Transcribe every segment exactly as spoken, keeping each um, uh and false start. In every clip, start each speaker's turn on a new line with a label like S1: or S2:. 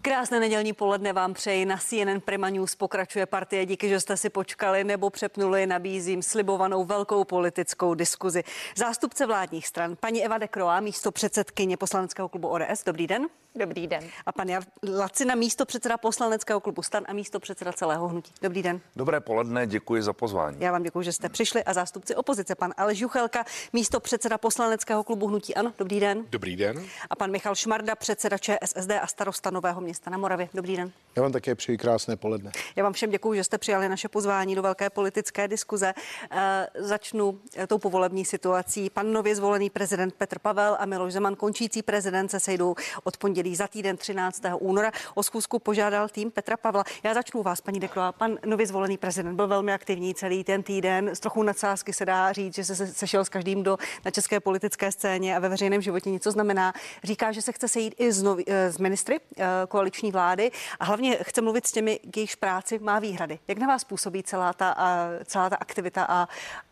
S1: Krásné nedělní poledne vám přeji. Na C N N Prima News pokračuje partie. Díky, že jste si počkali nebo přepnuli. Nabízím slibovanou velkou politickou diskuzi. Zástupce vládních stran, paní Eva Decroix, místopředsedkyně poslaneckého klubu O D S. Dobrý den.
S2: Dobrý den.
S1: A pan Jan Lacina, místopředseda poslaneckého klubu STAN a místopředseda celého hnutí. Dobrý den.
S3: Dobré poledne, děkuji za pozvání.
S1: Já vám děkuji, že jste přišli, a zástupci opozice, pan Aleš Juchelka, místopředseda poslaneckého klubu hnutí ANO. Dobrý den.
S4: Dobrý den.
S1: A pan Michal Šmarda, předseda Č S S D a starosta Nového Města na Moravě. Dobrý den.
S5: Já vám také přeji krásné poledne.
S1: Já vám všem děkuji, že jste přijali naše pozvání do velké politické diskuze. E, začnu tou povolební situací. Pan nově zvolený prezident Petr Pavel a Miloš Zeman, končící prezident, se sejdou od pondělí za týden třináctého února. O schůzku požádal tým Petra Pavla. Já začnu u vás, paní Decroix. Pan nově zvolený prezident byl velmi aktivní celý ten týden. S trochu nadsázky se dá říct, že se sešel s každým, kdo na české politické scéně a ve veřejném životě něco znamená. Říká, že se chce sejít i s, novi, s ministry koaliční vlády a hlavně chce mluvit s těmi, k jejichž práci má výhrady. Jak na vás působí celá ta, celá ta aktivita a, a,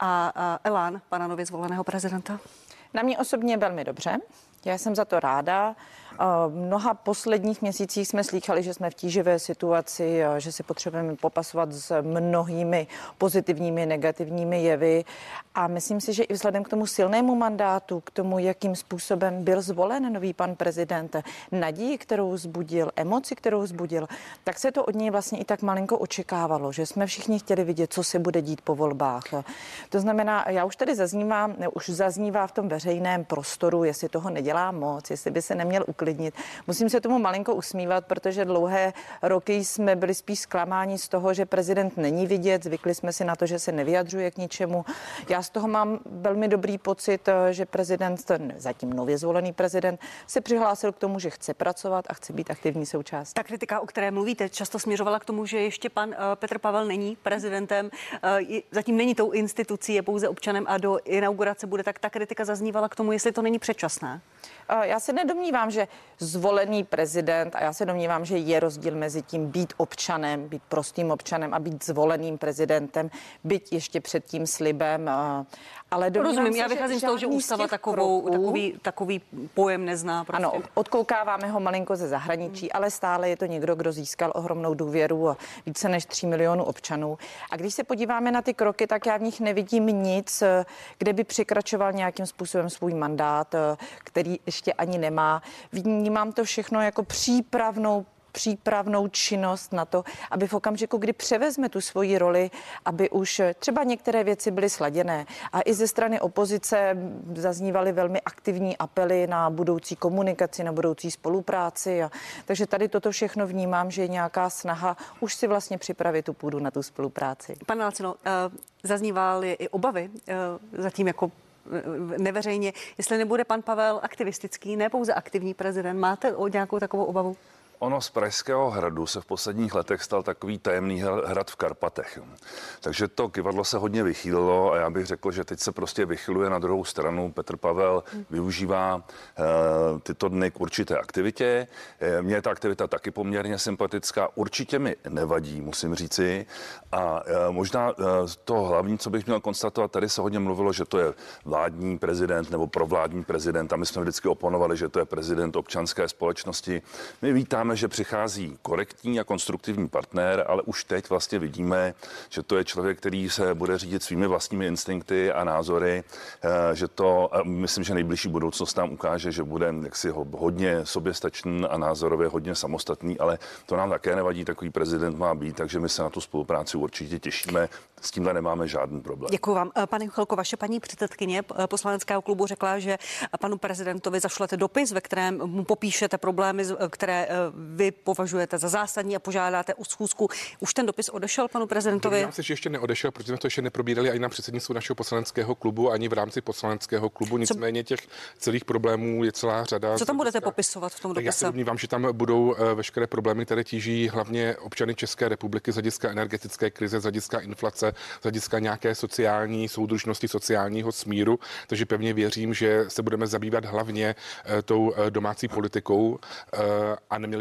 S1: a elán pana nově zvoleného prezidenta?
S2: Na mě osobně velmi dobře. Já jsem za to ráda. V mnoha posledních měsících jsme slýchali, že jsme v tíživé situaci, že si potřebujeme popasovat s mnohými pozitivními, negativními jevy. A myslím si, že i vzhledem k tomu silnému mandátu, k tomu, jakým způsobem byl zvolen nový pan prezident, naději, kterou vzbudil, emoci, kterou vzbudil, tak se to od něj vlastně i tak malinko očekávalo, že jsme všichni chtěli vidět, co se bude dít po volbách. To znamená, já už tady zaznívám, už zaznívá v tom veřejném prostoru, jestli toho nedělá moc, jestli by se neměl uklidnit. Musím se tomu malinko usmívat, protože dlouhé roky jsme byli spíš zklamáni z toho, že prezident není vidět, zvykli jsme si na to, že se nevyjadřuje k ničemu. Já z toho mám velmi dobrý pocit, že prezident, ten zatím nově zvolený prezident, se přihlásil k tomu, že chce pracovat a chce být aktivní součástí.
S1: Ta kritika, o které mluvíte, často směřovala k tomu, že ještě pan uh, Petr Pavel není prezidentem, uh, zatím není tou institucí, je pouze občanem a do inaugurace bude, tak ta kritika zaznívala k tomu, jestli to není předčasné.
S2: Já se nedomnívám, že zvolený prezident, a já se domnívám, že je rozdíl mezi tím být občanem, být prostým občanem a být zvoleným prezidentem, byť ještě před tím slibem. Ale
S1: rozumím,
S2: se,
S1: já vycházím z toho, že ústava takovou, kroků, takový, takový pojem nezná. Prostě.
S2: Ano, odkoukáváme ho malinko ze zahraničí, hmm. ale stále je to někdo, kdo získal ohromnou důvěru a více než tří milionů občanů. A když se podíváme na ty kroky, tak já v nich nevidím nic, kde by překračoval nějakým způsobem svůj mandát, který ještě ani nemá. Vnímám to všechno jako přípravnou přípravnou činnost na to, aby v okamžiku, kdy převezme tu svoji roli, aby už třeba některé věci byly sladěné. A i ze strany opozice zaznívaly velmi aktivní apely na budoucí komunikaci, na budoucí spolupráci. A, takže tady toto všechno vnímám, že je nějaká snaha už si vlastně připravit tu půdu na tu spolupráci.
S1: Pane Lacino, zaznívaly i obavy zatím jako neveřejně, jestli nebude pan Pavel aktivistický, ne pouze aktivní prezident. Máte o nějakou takovou obavu?
S3: Ono z Pražského hradu se v posledních letech stal takový tajemný hrad v Karpatech. Takže to kyvadlo se hodně vychýlilo a já bych řekl, že teď se prostě vychyluje na druhou stranu. Petr Pavel hmm. využívá uh, tyto dny k určité aktivitě. Mně je ta aktivita taky poměrně sympatická. Určitě mi nevadí, musím říci. A uh, možná uh, to hlavní, co bych měl konstatovat, tady se hodně mluvilo, že to je vládní prezident nebo provládní prezident a my jsme vždycky oponovali, že to je prezident občanské společnosti. My vítáme, že přichází korektní a konstruktivní partner, ale už teď vlastně vidíme, že to je člověk, který se bude řídit svými vlastními instinkty a názory, že to, myslím, že nejbližší budoucnost nám ukáže, že bude jaksi hodně soběstačný a názorově hodně samostatný, ale to nám také nevadí, takový prezident má být, takže my se na tu spolupráci určitě těšíme. S tímhle nemáme žádný problém.
S1: Děkuji vám. Pane Juchelko, vaše paní předsedkyně poslaneckého klubu řekla, že panu prezidentovi zašlete dopis, ve kterém mu popíšete problémy, které vy považujete za zásadní a požádáte o schůzku. Už ten dopis odešel panu prezidentovi?
S4: Já si, že ještě neodešel, protože jsme to ještě neprobírali ani na předsednictvu našeho poslaneckého klubu, ani v rámci poslaneckého klubu. Nicméně těch celých problémů je celá řada.
S1: Co tam budete popisovat v tom dopise?
S4: Já se domnívám, že tam budou veškeré problémy, které tíží hlavně občany České republiky z hlediska energetické krize, z hlediska inflace, z hlediska nějaké sociální soudržnosti, sociálního smíru. Takže pevně věřím, že se budeme zabývat hlavně tou domácí politikou a neměli by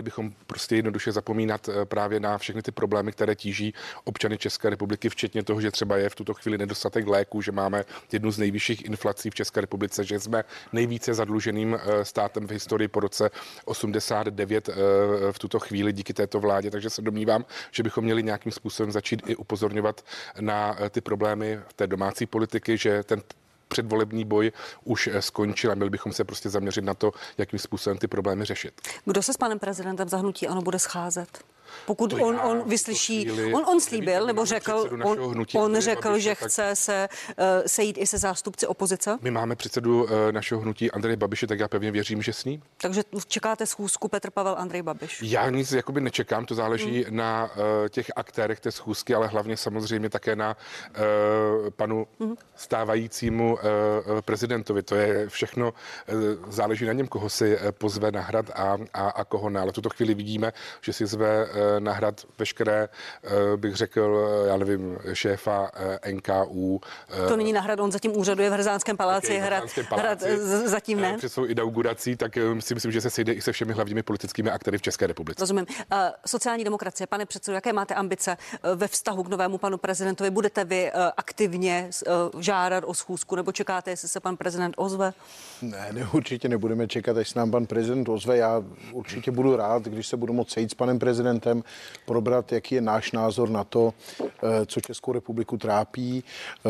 S4: bychom prostě jednoduše zapomínat právě na všechny ty problémy, které tíží občany České republiky, včetně toho, že třeba je v tuto chvíli nedostatek léků, že máme jednu z nejvyšších inflací v České republice, že jsme nejvíce zadluženým státem v historii po roce osmdesát devět v tuto chvíli díky této vládě, takže se domnívám, že bychom měli nějakým způsobem začít i upozorňovat na ty problémy té domácí politiky, že ten předvolební boj už skončil a měli bychom se prostě zaměřit na to, jakým způsobem ty problémy řešit.
S1: Kdo se s panem prezidentem za hnutí ANO bude scházet? Pokud
S4: To
S1: on,
S4: já
S1: on
S4: v
S1: vyslyší,
S4: tuto chvíli
S1: on, on slíbil,
S4: nevím,
S1: nebo
S4: máme
S1: řekl,
S4: předsedu našeho
S1: on,
S4: hnutí
S1: on
S4: Andreje
S1: řekl,
S4: Babiše,
S1: že
S4: tak-
S1: chce se uh, sejít i se zástupci opozice,
S4: My máme předsedu uh, našeho hnutí Andreje Babiše, tak já pevně věřím, že s ním.
S1: takže čekáte schůzku Petr Pavel, Andrej Babiš.
S4: Já nic jakoby nečekám, to záleží hmm. na uh, těch aktérech té schůzky, ale hlavně samozřejmě také na uh, panu hmm. stávajícímu uh, prezidentovi. To je všechno, uh, záleží na něm, koho si uh, pozve na hrad a, a, a koho ne. Ale v tuto chvíli vidíme, že si zve uh, na hrad veškeré, uh, bych řekl, já nevím, šéfa uh, N K U. Uh,
S1: To není na hrad, on zatím úřaduje v Hrzánském paláci,
S4: Okay,
S1: hrad, hrad z- zatím ne.
S4: Před svou inaugurací, tak uh, si myslím, že se sejde i se všemi hlavními politickými aktéry v České republice.
S1: Rozumím. Uh, sociální demokracie, pane předsedo, jaké máte ambice uh, ve vztahu k novému panu prezidentovi? Budete vy uh, aktivně uh, žádat o schůzku, nebo čekáte, jestli se pan prezident ozve?
S5: Ne, ne, určitě nebudeme čekat, až se nám pan prezident ozve. Já určitě budu rád, když se budu moct sejít s panem prezidentem, probrat, jaký je náš názor na to, co Českou republiku trápí.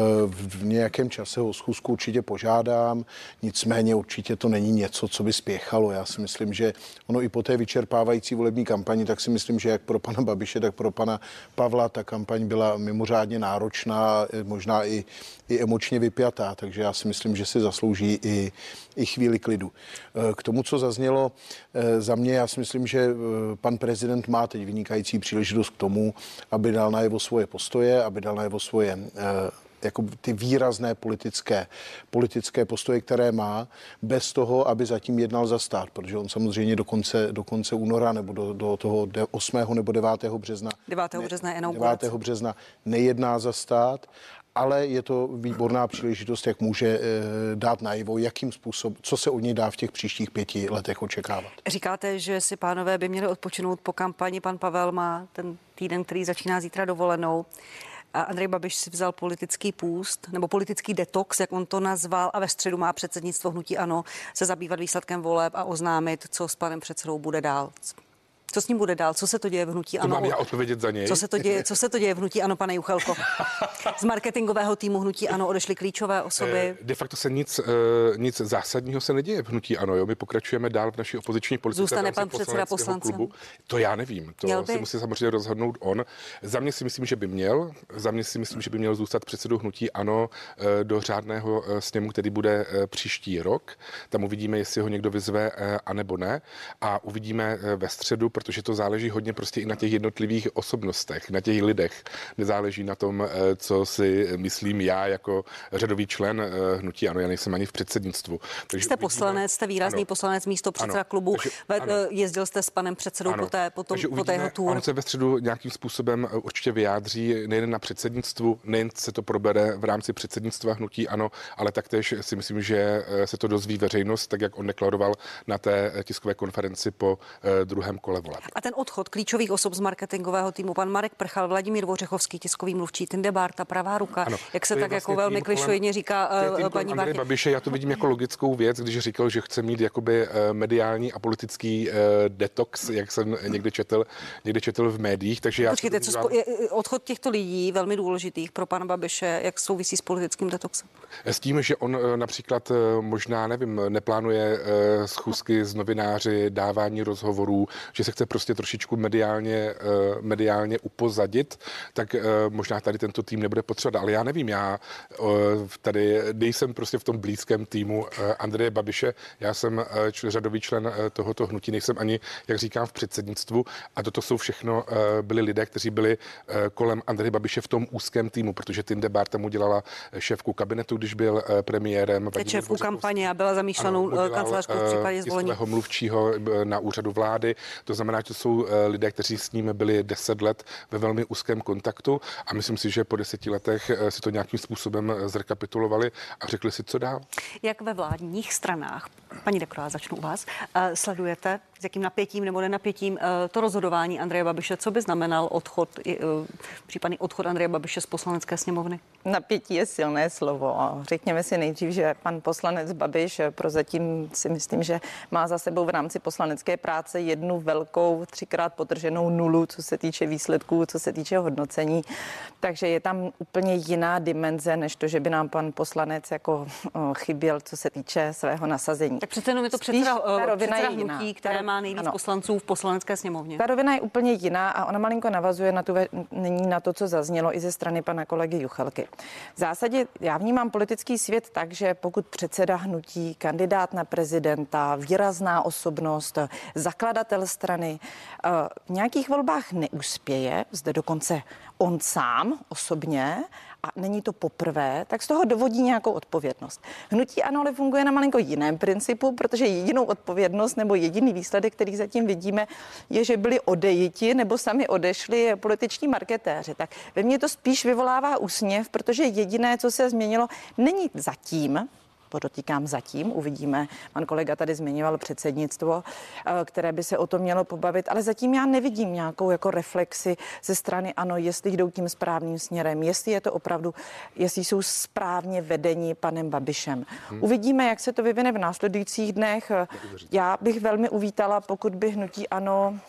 S5: V nějakém čase o schůzku určitě požádám, nicméně určitě to není něco, co by spěchalo. Já si myslím, že ono i po té vyčerpávající volební kampani, tak si myslím, že jak pro pana Babiše, tak pro pana Pavla ta kampaň byla mimořádně náročná, možná i, i emočně vypjatá, takže já si myslím, že si zaslouží i, i chvíli klidu. K tomu, co zaznělo za mě, já si myslím, že pan prezident má teď vynikající příležitost k tomu, aby dal najevo svoje postoje, aby dal najevo svoje jako ty výrazné politické, politické postoje, které má, bez toho, aby zatím jednal za stát, protože on samozřejmě do konce, do konce února nebo do, do toho osmého nebo devátého března
S1: devátého března je inaugurace.
S5: devátého března nejedná za stát, ale je to výborná příležitost, jak může e, dát najevo, jakým způsobem, co se od něj dá v těch příštích pěti letech očekávat.
S1: Říkáte, že si pánové by měli odpočinout po kampani. Pan Pavel má ten týden, který začíná zítra, dovolenou. A Andrej Babiš si vzal politický půst, nebo politický detox, jak on to nazval, a ve středu má předsednictvo hnutí ANO se zabývat výsledkem voleb a oznámit, co s panem předsedou bude dál. Co s ním bude dál? Co se to děje v hnutí
S4: To
S1: ANO?
S4: mám já odpovědět za něj.
S1: Co se to děje, co se to děje v hnutí ANO, pane Juchelko? Z marketingového týmu hnutí ANO odešly klíčové osoby.
S4: De facto se nic, nic zásadního se neděje v hnutí ANO. Jo? My pokračujeme dál v naší opoziční politice.
S1: Zůstane pan předseda poslancem?
S4: Klubu. To já nevím. To si musí samozřejmě rozhodnout on. Za mě si myslím, že by měl. Za mě si myslím, že by měl zůstat předsedou hnutí ANO do řádného sněmu, který bude příští rok. Tam uvidíme, jestli ho někdo vyzve, anebo ne. A uvidíme ve středu, protože to záleží hodně prostě i na těch jednotlivých osobnostech, na těch lidech. Nezáleží na tom, co si myslím já jako řadový člen hnutí ANO. Já nejsem ani v předsednictvu.
S1: Takže jste uvidíme... poslanec, jste výrazný ano. poslanec, místo předseda klubu. Takže, jezdil jste s panem předsedou po té, po, tom, po té jeho tour.
S4: On se ve středu nějakým způsobem určitě vyjádří nejen na předsednictvu, nejen se to probere v rámci předsednictva hnutí ANO, ale taktéž si myslím, že se to dozví veřejnost, tak jak on deklaroval na té tiskové konferenci po druhém kole voleb.
S1: A ten odchod klíčových osob z marketingového týmu, pan Marek Prchal, Vladimír Vořechovský, tiskový mluvčí, Tinde Bárta, pravá ruka, ano, jak se tak vlastně jako velmi klišoidně říká uh, paní
S4: Andrej Babiše, já to vidím jako logickou věc, když říkal, že chce mít jakoby uh, mediální a politický uh, detox, jak jsem někdy četl, někdy četl v médiích, takže já
S1: Počkejte, co spo- je, odchod těchto lidí velmi důležitých pro pana Babiše, jak souvisí s politickým detoxem?
S4: S tím, že on uh, například uh, možná, nevím, neplánuje uh, schůzky s novináři, dávání rozhovorů, že se chce prostě trošičku mediálně, uh, mediálně upozadit, tak uh, možná tady tento tým nebude potřebovat, ale já nevím, já uh, tady nejsem prostě v tom blízkém týmu uh, Andreje Babiše, já jsem uh, čl- řadový člen uh, tohoto hnutí, nejsem ani, jak říkám, v předsednictvu a toto jsou všechno uh, byli lidé, kteří byli uh, kolem Andreje Babiše v tom úzkém týmu, protože Tinde Bárta mu dělala šéfku kabinetu, když byl uh, premiérem.
S1: Šéfku kampaně a byla zamýšlenou kancelářkou v případě zvolení.
S4: Mluvčího na úřadu vlády, to znamená, znamená, že to jsou lidé, kteří s ním byli deset let ve velmi úzkém kontaktu a myslím si, že po deseti letech si to nějakým způsobem zrekapitulovali a řekli si, co dál.
S1: Jak ve vládních stranách, paní Dekroá, začnu u vás, sledujete, s jakým napětím nebo nenapětím to rozhodování Andreje Babiše, co by znamenal odchod, případný odchod Andreje Babiše z Poslanecké sněmovny?
S2: Napětí je silné slovo. Řekněme si nejdřív, že pan poslanec Babiš prozatím si myslím, že má za sebou v rámci poslanecké práce jednu velkou, třikrát potrženou nulu, co se týče výsledků, co se týče hodnocení. Takže je tam úplně jiná dimenze, než to, že by nám pan poslanec jako chyběl, co se týče svého nasazení.
S1: Tak přece jenom je to
S2: Spíš
S1: předseda, předseda
S2: je
S1: hnutí,
S2: jiná.
S1: které má nejvíc ano. poslanců v Poslanecké sněmovně.
S2: Ta rovina je úplně jiná a ona malinko navazuje na, tu, nyní na to, co zaznělo i ze strany pana kolegy Juchelky. V zásadě já vnímám politický svět tak, že pokud předseda hnutí, kandidát na prezidenta, výrazná osobnost, zakladatel strany v nějakých volbách neuspěje, zde dokonce on sám osobně, a není to poprvé, tak z toho dovodí nějakou odpovědnost. Hnutí ANO ale funguje na malinko jiném principu, protože jedinou odpovědnost nebo jediný výsledek, který zatím vidíme, je, že byli odejiti nebo sami odešli političní marketéři. Tak ve mně to spíš vyvolává úsměv, protože jediné, co se změnilo, není zatím, podotýkám zatím, uvidíme, pan kolega tady zmiňoval předsednictvo, které by se o tom mělo pobavit, ale zatím já nevidím nějakou jako reflexi ze strany ANO, jestli jdou tím správným směrem, jestli je to opravdu, jestli jsou správně vedeni panem Babišem. Hmm. Uvidíme, jak se to vyvine v následujících dnech. Já bych velmi uvítala, pokud by hnutí ANO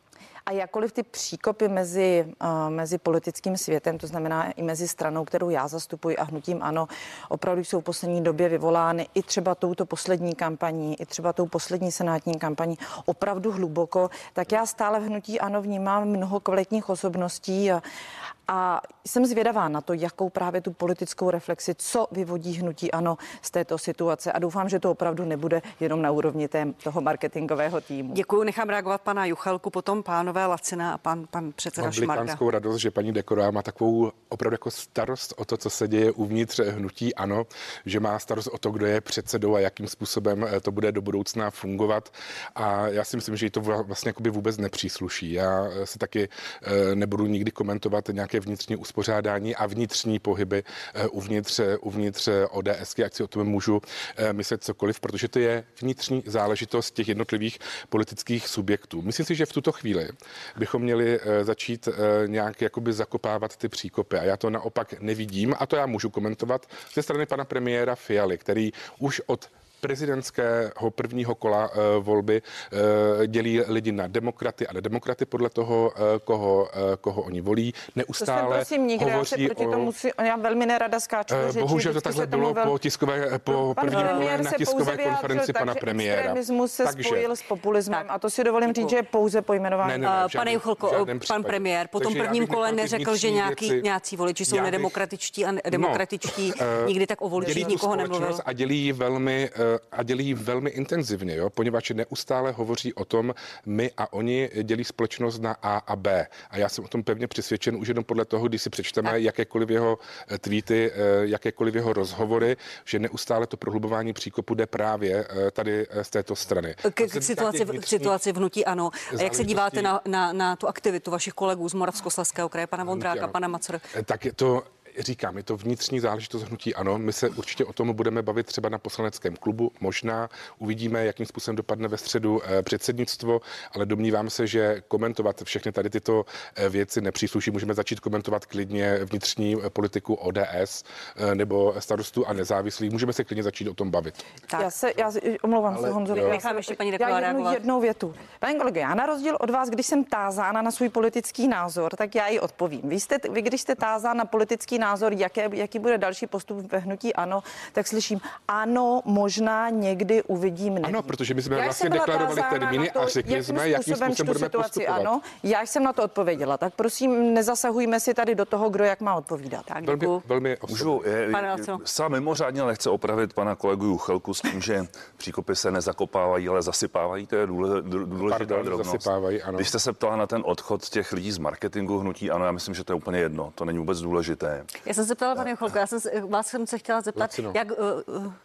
S2: a jakkoliv ty příkopy mezi, uh, mezi politickým světem, to znamená i mezi stranou, kterou já zastupuji a hnutím ANO, opravdu jsou v poslední době vyvolány i třeba touto poslední kampaní, i třeba tou poslední senátní kampaní opravdu hluboko, tak já stále v hnutí ANO vnímám mnoho kvalitních osobností a, a jsem zvědavá na to, jakou právě tu politickou reflexi, co vyvodí hnutí ANO z této situace a doufám, že to opravdu nebude jenom na úrovni té, toho marketingového týmu.
S1: Děkuji, nechám reagovat pana Juchelku, potom pánové Lacina a pan, pan předseda
S4: Mám
S1: Šmarda.
S4: Mám radost, že paní Dekroá má takovou opravdu jako starost o to, co se děje uvnitř hnutí ANO, že má starost o to, kdo je předsedou a jakým způsobem to bude do budoucna fungovat. A já si myslím, že jí to vlastně jakoby vůbec nepřísluší. Já si taky nebudu nikdy komentovat nějaké vnitřní uspořádání a vnitřní pohyby uvnitř, uvnitř ODSky, ať si o tom můžu myslet cokoliv, protože to je vnitřní záležitost těch jednotlivých politických subjektů. Myslím si, že v tuto chvíli bychom měli začít nějak jakoby zakopávat ty příkopy. A já to naopak nevidím a to já můžu komentovat ze strany pana premiéra Fialy, který už od prezidentského prvního kola uh, volby uh, dělí lidi na demokraty a nedemokraty podle toho, uh, koho, uh, koho oni volí. Neustále
S2: to prosím nikde,
S4: hovoří
S2: já se proti
S4: o...
S2: tomu si, já velmi nerada skáču do řeči.
S4: Bohužel to takhle bylo po tiskové, po prvním kole na tiskové konferenci pana premiéra.
S2: Extremismus se
S4: takže,
S2: spojil s populismem
S1: tak,
S2: a to si dovolím říct, že je pouze pojmenování.
S4: Ne, ne, ne,
S1: Pane Juchelko, pan premiér po tom prvním kole neřekl, že nějaký, věci, nějací voliči jsou nedemokratičtí a demokratičtí. No, nikdy tak o voličích nikoho nemluvil.
S4: A dělí velmi, a dělí velmi intenzivně, jo, poněvadž neustále hovoří o tom, my a oni dělí společnost na A a B. A já jsem o tom pevně přesvědčen už jenom podle toho, když si přečteme tak. jakékoliv jeho tweety, jakékoliv jeho rozhovory, že neustále to prohlubování příkopu jde právě tady z této strany.
S1: K, k situaci, v, situaci v hnutí ANO. A jak se díváte na, na, na tu aktivitu vašich kolegů z Moravskoslezského kraje, pana Vondráka, pana Macora?
S4: Tak je to Říkám, je to vnitřní záležitost hnutí ANO. My se určitě o tom budeme bavit třeba na poslaneckém klubu. Možná uvidíme, jakým způsobem dopadne ve středu předsednictvo, ale domnívám se, že komentovat všechny tady tyto věci nepřísluší. Můžeme začít komentovat klidně vnitřní politiku O D S nebo Starostů a nezávislých. Můžeme se klidně začít o tom bavit.
S2: Tak. Já se, já omlouvám ale, se, Honzo.
S1: Já nechám ještě paní Dekroá reagovat.
S2: Jednou větu. Pane kolego, já na rozdíl od vás, když jsem tázána na svůj politický názor, tak já ji odpovím. Vy, jste, vy když jste tázán na politický názor, jaké, jaký bude další postup ve hnutí ANO, tak slyším, ano, možná někdy uvidím. Nevím.
S4: Ano, protože my jsme já vlastně deklarovali termíny to, a řekli jakým jsme, jakým způsobem budeme postupovat. Ano,
S2: já jsem na to odpověděla, tak prosím, nezasahujme si tady do toho, kdo jak má odpovídat.
S1: Tak,
S4: velmi, velmi
S3: Můžu sám mimořádně lehce opravit pana kolegu Juchelku s tím, že příkopy se nezakopávají, ale zasypávají, to je důležitá drobnost. Když jste se ptala na ten odchod těch lidí z marketingu hnutí ANO, já myslím, že to je úplně jedno, to není vůbec důležité.
S1: Já jsem se ptala, pane Juchelko, já jsem se, vás jsem se chtěla zeptat, Lacino. jak uh, uh,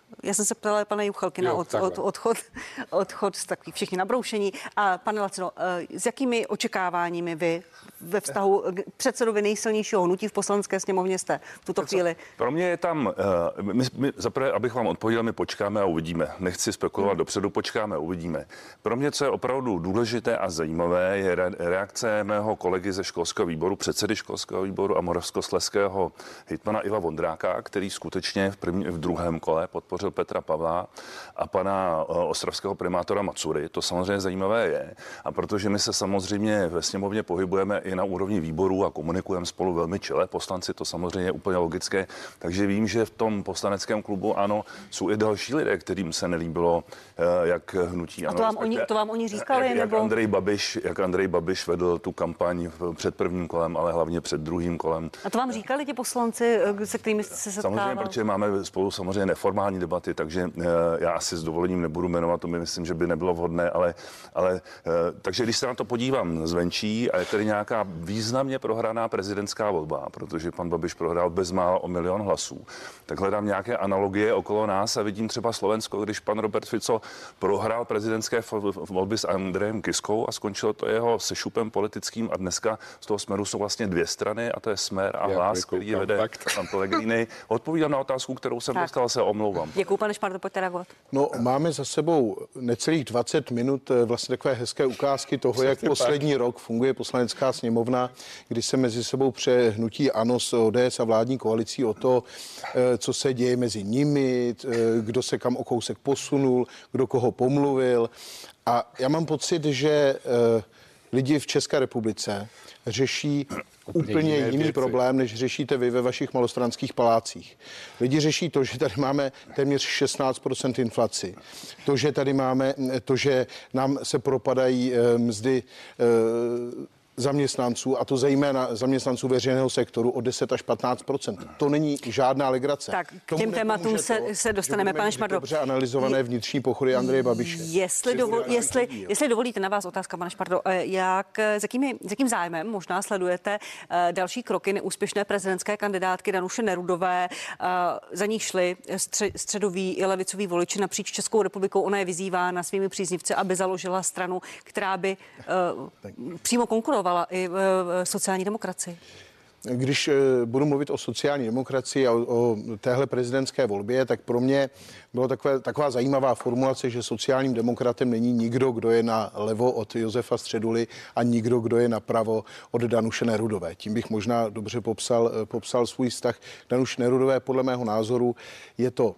S1: Já jsem se ptala pana Juchelky na od, od, odchod, odchod takový všichni nabroušení. A pane Lacino, s jakými očekáváními vy ve vztahu k předsedovi nejsilnějšího hnutí v poslanecké sněmovně jste v tuto chvíli?
S3: Pro mě je tam, my, my, zaprvé, abych vám odpověděl, my počkáme a uvidíme. Nechci spekulovat hmm. dopředu, počkáme a uvidíme. Pro mě, co je opravdu důležité a zajímavé, je reakce mého kolegy ze školského výboru, předsedy školského výboru a moravskoslezského hejtmana Iva Vondráka, který skutečně v, první, v druhém kole podpořil Petra Pavla a pana ostravského primátora Macury. To samozřejmě zajímavé je. A protože my se samozřejmě ve sněmovně pohybujeme i na úrovni výborů a komunikujeme spolu velmi čile, poslanci, to samozřejmě je úplně logické, takže vím, že v tom poslaneckém klubu ano, jsou i další lidé, kterým se nelíbilo, jak hnutí
S1: ano. A to vám, oni, to vám oni říkali?
S3: Jak,
S1: nebo?
S3: jak, Andrej Babiš, jak Andrej Babiš vedl tu kampaň před prvním kolem, ale hlavně před druhým kolem.
S1: A to vám říkali ti poslanci, se kterými jste se setkával?
S3: Samozřejmě, protože máme spolu samozřejmě neformální debaty, takže já asi s dovolením nebudu jmenovat, to mi myslím, že by nebylo vhodné, ale, ale takže když se na to podívám zvenčí a je tady nějaká významně prohraná prezidentská volba, protože pan Babiš prohrál bezmála o milion hlasů, tak hledám nějaké analogie okolo nás a vidím třeba Slovensko, když pan Robert Fico prohrál prezidentské volby s Andrejem Kiskou a skončilo to jeho sešupem politickým a dneska z toho Smeru jsou vlastně dvě strany a to je Smer a Hlas, který je vede pan Pellegrini. Odpovídám na otázku, kterou jsem tak dostal, se omlouvám.
S1: Děkuju, pane Špardo, pojďte reagovat.
S5: No, máme za sebou necelých dvacet minut vlastně takové hezké ukázky toho, jak poslední rok funguje poslanecká sněmovna, kdy se mezi sebou přehnutí ANO s O D S a vládní koalicí o to, co se děje mezi nimi, kdo se kam o kousek posunul, kdo koho pomluvil. A já mám pocit, že lidi v České republice řeší úplně jiný věci. Problém, než řešíte vy ve vašich malostranských palácích. Lidi řeší to, že tady máme téměř šestnáct procent inflaci. To, že tady máme, to, že nám se propadají mzdy zaměstnanců, a to zejména zaměstnanců veřejného sektoru o deset až patnáct procent. To není žádná legrace.
S1: Tak k těm tématům se, to, se dostaneme, pane Šmardo.
S5: Dobře analyzované vnitřní pochody Andreje Babiše.
S1: Jestli, dovol, jestli, jestli dovolíte na vás otázka, pane Šmardo, jak, s, jakými, s jakým zájmem možná sledujete další kroky neúspěšné prezidentské kandidátky Danuše Nerudové, za ní šli stři, středoví i levicoví voliči napříč Českou republikou. Ona je vyzývána svými příznivci, aby založila stranu, která by uh, přímo konkurovala i sociální demokracii.
S5: Když budu mluvit o sociální demokracii a o, o téhle prezidentské volbě, tak pro mě bylo takové, taková zajímavá formulace, že sociálním demokratem není nikdo, kdo je na levo od Josefa Středuly a nikdo, kdo je napravo od Danuše Nerudové. Tím bych možná dobře popsal, popsal svůj vztah Danuše Nerudové. Podle mého názoru je to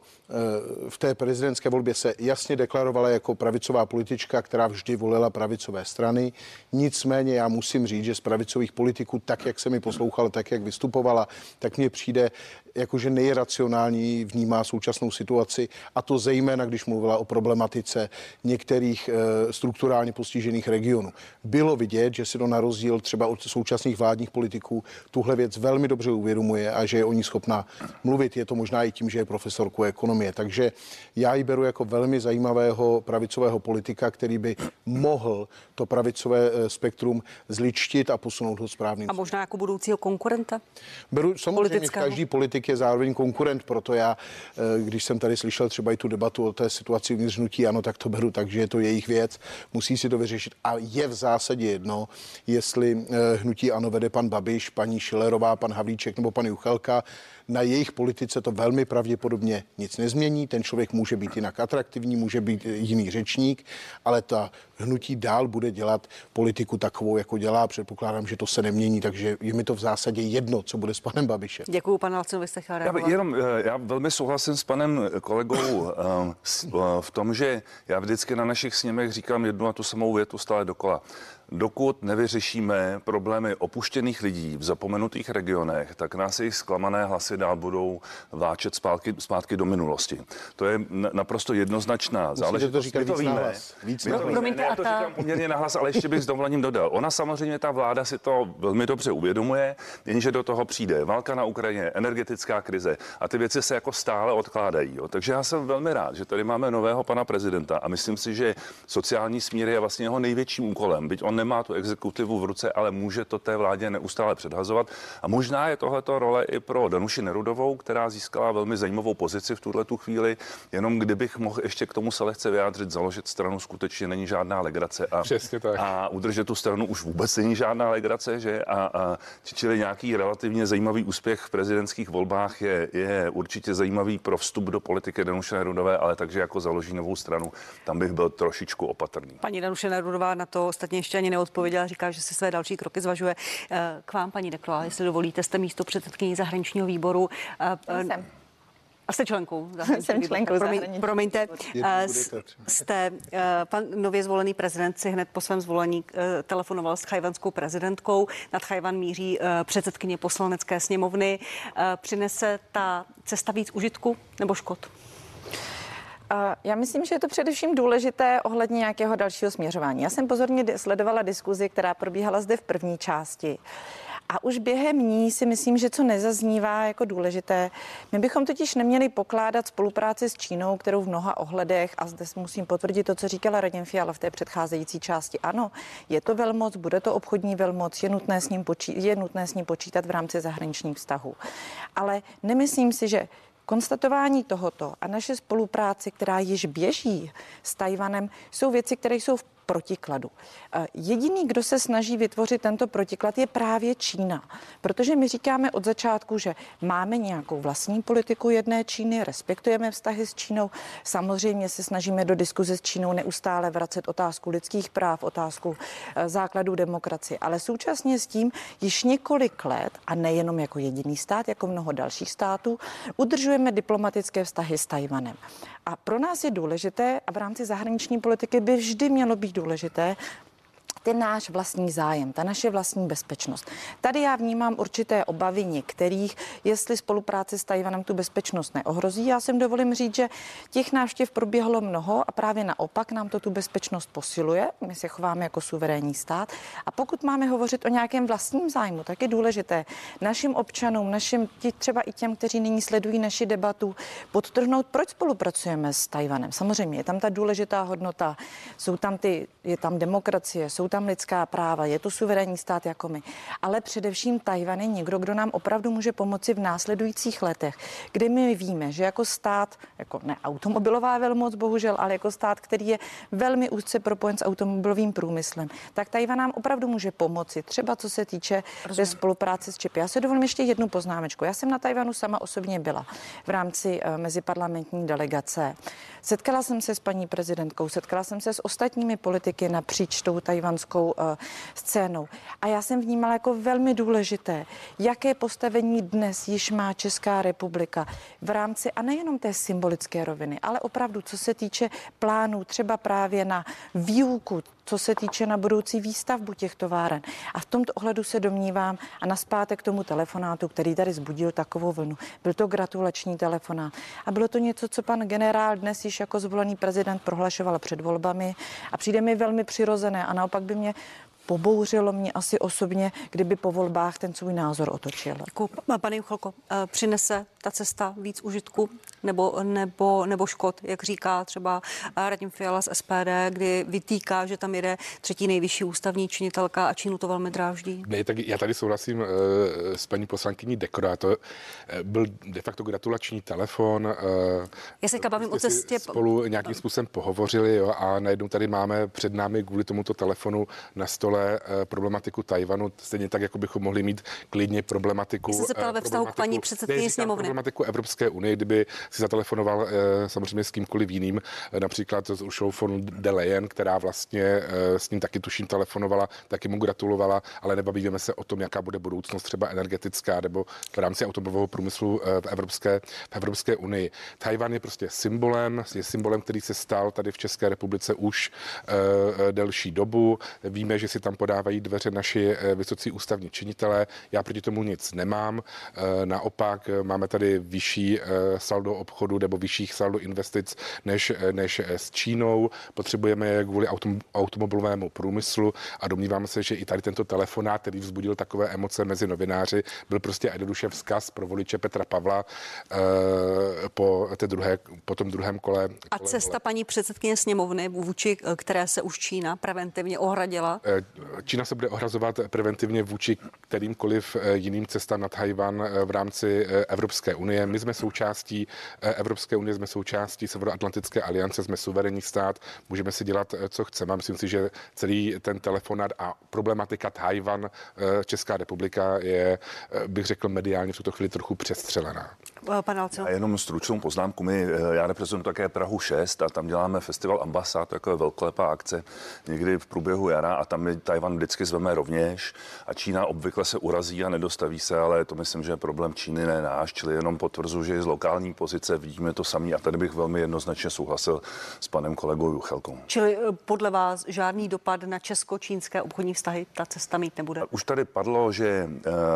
S5: v té prezidentské volbě se jasně deklarovala jako pravicová politička, která vždy volila pravicové strany. Nicméně já musím říct, že z pravicových politiků, tak jak se mi poslouchal, tak jak vystupovala, tak mně přijde, jakože nejracionální vnímá současnou situaci, a to zejména, když mluvila o problematice některých e, strukturálně postižených regionů. Bylo vidět, že si to na rozdíl třeba od současných vládních politiků tuhle věc velmi dobře uvědomuje a že je o ní schopná mluvit. Je to možná i tím, že je profesorkou ekonomie. Takže já ji beru jako velmi zajímavého pravicového politika, který by mohl to pravicové spektrum zličtit a posunout ho správným.
S1: A možná jako budoucího konkurenta?
S5: Beru samozřejmě v každý politik je zároveň konkurent, proto já, když jsem tady slyšel třeba i tu debatu o té situaci uvnitř hnutí ANO, tak to beru tak, že je to jejich věc, musí si to vyřešit a je v zásadě jedno, jestli hnutí ANO vede pan Babiš, paní Schillerová, pan Havlíček nebo pan Juchelka. Na jejich politice to velmi pravděpodobně nic nezmění. Ten člověk může být jinak atraktivní, může být jiný řečník, ale ta hnutí dál bude dělat politiku takovou, jako dělá. Předpokládám, že to se nemění, takže je mi to v zásadě jedno, co bude s panem Babišem.
S1: Děkuju, pane Lacino, vy jste chtěl reagovat.
S3: Já, jenom, já velmi souhlasím s panem kolegou v tom, že já vždycky na našich sněmech říkám jednu a tu samou větu stále dokola. Dokud nevyřešíme problémy opuštěných lidí v zapomenutých regionech, tak nás jejich zklamané hlasy dál budou vláčet zpátky, zpátky do minulosti. To je naprosto jednoznačná záležitost.
S5: To říkat
S3: my to
S5: víc
S3: víme.
S5: Nahlas. Víc
S3: My to víme. Ne, já to říkám poměrně nahlas, ale ještě bych s dovolením dodal. Ona samozřejmě, ta vláda si to velmi dobře uvědomuje, jenže do toho přijde válka na Ukrajině, energetická geopolitická krize a ty věci se jako stále odkládají. Jo. Takže já jsem velmi rád, že tady máme nového pana prezidenta a myslím si, že sociální smír je vlastně jeho největším úkolem. Byť on nemá tu exekutivu v ruce, ale může to té vládě neustále předhazovat. A možná je tohleto role i pro Danuši Nerudovou, která získala velmi zajímavou pozici v tuhle tu chvíli. Jenom kdybych mohl ještě k tomu se lehce vyjádřit, založit stranu skutečně není žádná legrace. A,
S4: Přesně tak.
S3: a udržet tu stranu už vůbec není žádná legrace, že? A, a čili nějaký relativně zajímavý úspěch v prezidentských volbách je, je určitě zajímavý pro vstup do politiky Danuše Nerudové, ale takže jako založí novou stranu, tam bych byl trošičku opatrný.
S1: Paní Danuše Nerudová na to ostatně ještě ani neodpověděla, říká, že si své další kroky zvažuje. K vám, paní Deklová, jestli dovolíte, jste místo předsedkyní zahraničního výboru.
S2: Jsem.
S1: A jste členkou
S2: Jsem členkou
S1: zahraničního. Promiňte, jste pan nově zvolený prezident si hned po svém zvolení telefonoval s tchajwanskou prezidentkou. Na Tchajwan míří předsedkyně poslanecké sněmovny. Přinese ta cesta víc užitku nebo škod?
S2: Já myslím, že je to především důležité ohledně nějakého dalšího směřování. Já jsem pozorně sledovala diskuzi, která probíhala zde v první části. A už během ní si myslím, že co nezaznívá jako důležité, my bychom totiž neměli pokládat spolupráci s Čínou, kterou v mnoha ohledech, a zde musím potvrdit to, co říkala Radim Fiala v té předcházející části. Ano, je to velmoc, bude to obchodní velmoc, je nutné s ním, počí, je nutné s ním počítat v rámci zahraničních vztahů. Ale nemyslím si, že konstatování tohoto a naše spolupráce, která již běží s Tchajwanem, jsou věci, které jsou v protikladu. Jediný, kdo se snaží vytvořit tento protiklad, je právě Čína. Protože my říkáme od začátku, že máme nějakou vlastní politiku jedné Číny, respektujeme vztahy s Čínou. Samozřejmě se snažíme do diskuze s Čínou neustále vracet otázku lidských práv, otázku základů demokracie. Ale současně s tím již několik let, a nejenom jako jediný stát, jako mnoho dalších států, udržujeme diplomatické vztahy s Tchajwanem. A pro nás je důležité, a v rámci zahraniční politiky by vždy mělo být důležité, ten náš vlastní zájem, ta naše vlastní bezpečnost. Tady já vnímám určité obavy některých, jestli spolupráce s Tchajwanem tu bezpečnost neohrozí. Já jsem dovolím říct, že těch návštěv proběhlo mnoho a právě naopak nám to tu bezpečnost posiluje. My se chováme jako suverénní stát. A pokud máme hovořit o nějakém vlastním zájmu, tak je důležité našim občanům, našim třeba i těm, kteří nyní sledují naši debatu, podtrhnout, proč spolupracujeme s Tchajwanem. Samozřejmě je tam ta důležitá hodnota, jsou tam ty, je tam demokracie, jsou tam lidská práva, je to suverénní stát jako my. Ale především Tchajwan je někdo, kdo nám opravdu může pomoci v následujících letech, kdy my víme, že jako stát, jako ne automobilová velmoc, bohužel, ale jako stát, který je velmi úzce propojen s automobilovým průmyslem, tak Tchajwan nám opravdu může pomoci, třeba co se týče té spolupráce s čipy. Já se dovolím ještě jednu poznámečku. Já jsem na Tchajwanu sama osobně byla v rámci uh, meziparlamentní delegace. Setkala jsem se s paní prezidentkou, setkala jsem se s ostatními politiky napříč tou tchajwanskou uh, scénou. A já jsem vnímala jako velmi důležité, jaké postavení dnes již má Česká republika v rámci, a nejenom té symbolické roviny, ale opravdu, co se týče plánů třeba právě na výuku, co se týče na budoucí výstavbu těch továren. A v tomto ohledu se domnívám, a naspátek k tomu telefonátu, který tady zbudil takovou vlnu, byl to gratulační telefonát. A bylo to něco, co pan generál dnes již jako zvolený prezident prohlašoval před volbami a přijde mi velmi přirozené a naopak by mě pobouřilo mě asi osobně, kdyby po volbách ten svůj názor otočil.
S1: Děkuji. Pane Juchelko, přinese ta cesta víc užitku nebo, nebo, nebo škod, jak říká třeba Radim Fiala z S P D, kdy vytýká, že tam jede třetí nejvyšší ústavní činitelka a Čínu to velmi dráždí?
S4: Ne, tak já tady souhlasím uh, s paní poslankyní Dekro. To uh, byl de facto gratulační telefon. Uh,
S1: já se bavím o cestě.
S4: Spolu nějakým způsobem pohovořili, jo, a najednou tady máme před námi kvůli tomuto telefonu na stole problematiku Tchajwanu, stejně tak, jako bychom mohli mít klidně problematiku.
S1: Jsem se ptala ve vztahu k paní předsedkyni sněmovny.
S4: Problematiku Evropské unie, kdyby si zatelefonoval samozřejmě s kýmkoliv jiným, například s Ursulou von der Leyen, která vlastně s ním taky tuším telefonovala, taky mu gratulovala, ale nebavíme se o tom, jaká bude budoucnost třeba energetická nebo v rámci automobilového průmyslu v Evropské, v Evropské unii. Tchajwan je prostě symbolem, je symbolem, který se stal tady v České republice už delší dobu. Víme, že si tam tam podávají dveře naši vysocí ústavní činitelé. Já proti tomu nic nemám. Naopak máme tady vyšší saldo obchodu nebo vyšších saldo investic než, než s Čínou. Potřebujeme je kvůli autom, automobilovému průmyslu a domnívám se, že i tady tento telefonát, který vzbudil takové emoce mezi novináři, byl prostě a jednoduše vzkaz pro voliče Petra Pavla po, té druhé, po tom druhém kole.
S1: A
S4: kole
S1: cesta
S4: vole.
S1: paní předsedkyně sněmovny, vůči které se už Čína preventivně ohradila?
S4: Čína se bude ohrazovat preventivně vůči kterýmkoliv jiným cestám na Tchaj-wan v rámci Evropské unie. My jsme součástí Evropské unie, jsme součástí Severoatlantické aliance, jsme suverénní stát, můžeme si dělat, co chceme. Myslím si, že celý ten telefonát a problematika Tchaj-wan, Česká republika je, bych řekl, mediálně v tuto chvíli trochu přestřelená.
S1: Pan Alco.
S3: A jenom stručnou poznámku. My, já reprezentuji také Prahu šest a tam děláme festival Ambasád, takové velkolepá akce někdy v průběhu jara a tam my Tchaj-wan vždycky zveme rovněž a Čína obvykle se urazí a nedostaví se, ale to myslím, že je problém Číny, ne náš, čili jenom potvrzuji, že z lokální pozice vidíme to samý a tady bych velmi jednoznačně souhlasil s panem kolegou Juchelkou.
S1: Čili podle vás žádný dopad na česko-čínské obchodní vztahy ta cesta mít nebude?
S3: Už tady padlo, že,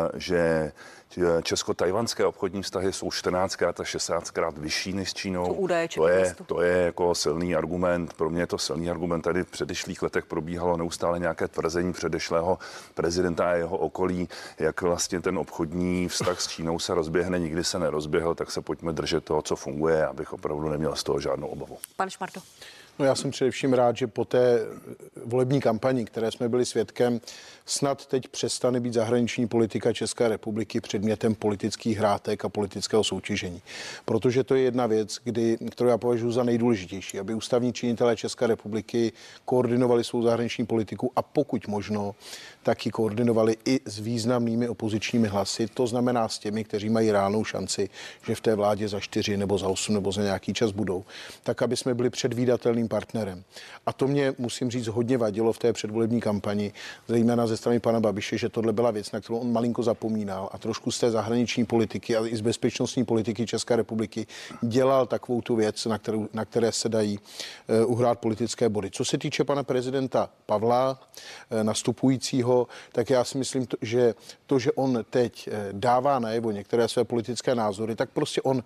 S3: že česko-tajvanské obchodní vztahy jsou čtrnáctkrát a šestnáctkrát vyšší než s Čínou.
S1: To údaje
S3: to je, to je jako silný argument. Pro mě je to silný argument. Tady v předešlých letech probíhalo neustále nějaké tvrzení předešlého prezidenta a jeho okolí, jak vlastně ten obchodní vztah s Čínou se rozběhne. Nikdy se nerozběhl, tak se pojďme držet toho, co funguje, abych opravdu neměl z toho žádnou obavu.
S1: Pan Šmardo.
S5: No já jsem především rád, že po té volební kampani, které jsme byli svědkem, snad teď přestane být zahraniční politika České republiky předmětem politických hrátek a politického soutěžení. Protože to je jedna věc, kdy, kterou já považuji za nejdůležitější, aby ústavní činitelé České republiky koordinovali svou zahraniční politiku a pokud možno, taky koordinovali i s významnými opozičními hlasy. To znamená s těmi, kteří mají reálnou šanci, že v té vládě za čtyři nebo za osm nebo za nějaký čas budou. Tak, aby jsme byli předvídatelným partnerem. A to mě, musím říct, hodně vadilo v té předvolební kampani, zejména ze strany pana Babiše, že tohle byla věc, na kterou on malinko zapomínal a trošku z té zahraniční politiky a i z bezpečnostní politiky České republiky dělal takovou tu věc, na, kterou, na které se dají uh, uhrát politické body. Co se týče pana prezidenta Pavla, uh, nastupujícího, tak já si myslím, to, že to, že on teď uh, dává najevo některé své politické názory, tak prostě on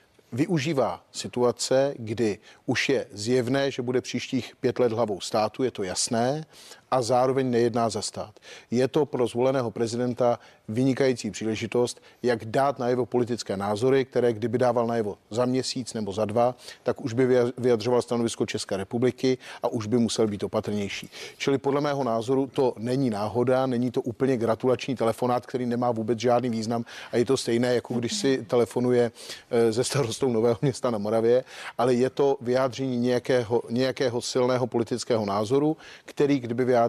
S5: využívá situace, kdy už je zjevné, že bude příštích pět let hlavou státu, je to jasné, a zároveň nejedná za stát. Je to pro zvoleného prezidenta vynikající příležitost, jak dát najevo politické názory, které kdyby dával najevo za měsíc nebo za dva, tak už by vyjadřoval stanovisko České republiky a už by musel být opatrnější. Čili podle mého názoru to není náhoda, není to úplně gratulační telefonát, který nemá vůbec žádný význam a je to stejné, jako když si telefonuje ze starostou Nového Města na Moravě, ale je to vyjádření nějakého, nějakého silného politického názoru, který kdyby vyjádřil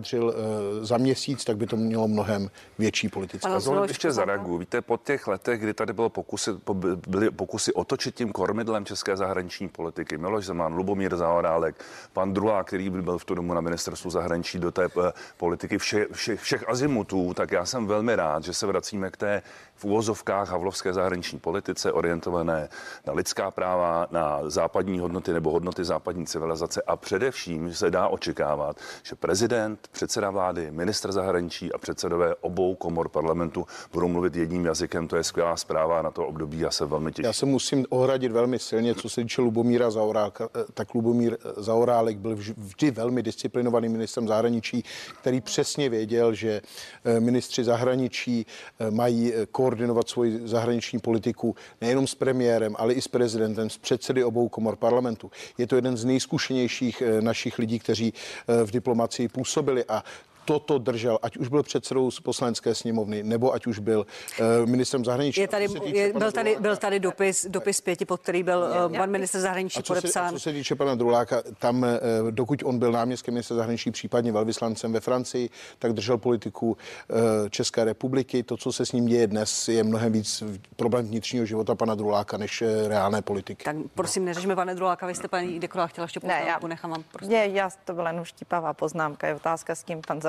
S5: za měsíc, tak by to mělo mnohem větší politické.
S3: Já ještě zareaguju. Víte, po těch letech, kdy tady bylo pokusy, byly pokusy otočit tím kormidlem české zahraniční politiky, Miloš Zeman, Lubomír Zaorálek, pan Drulák, který byl v tu dobu na ministerstvu zahraničí do té politiky vše, vše, všech azimutů, tak já jsem velmi rád, že se vracíme k té v uvozovkách havlovské zahraniční politice orientované na lidská práva, na západní hodnoty nebo hodnoty západní civilizace a především se dá očekávat, že prezident, předseda vlády, ministr zahraničí a předsedové obou komor parlamentu budou mluvit jedním jazykem. To je skvělá zpráva na to období. Já se velmi těším.
S5: Já se musím ohradit velmi silně, co se týče Lubomíra Zaorálka, tak Lubomír Zaorálek byl vždy velmi disciplinovaný ministrem zahraničí, který přesně věděl, že ministři zahraničí mají koordinovat svoji zahraniční politiku nejenom s premiérem, ale i s prezidentem, s předsedy obou komor parlamentu. Je to jeden z nejzkušenějších našich lidí, kteří v diplomacii působili a toto držel, ať už byl předsedou poslanecké sněmovny, nebo ať už byl uh, ministrem zahraničí.
S1: Je tady, je, byl, tady, byl tady dopis, dopis pěti, pod který byl uh, pan ministr zahraničí
S5: co
S1: podepsán.
S5: Se, co se týče pana Druláka, tam, uh, dokud on byl náměstkem ministra zahraničí, případně velvyslancem ve Francii, tak držel politiku uh, České republiky. To, co se s ním děje dnes, je mnohem víc problém vnitřního života pana Druláka, než uh, reálné politiky.
S1: Tak prosím, neřešme pane Druláka, vy jste paní Dekorová chtěla ještě poznámku, nechám vám prostě.
S2: Ne, já, to byla jenom štípavá poznámka, je otázka, s kým pan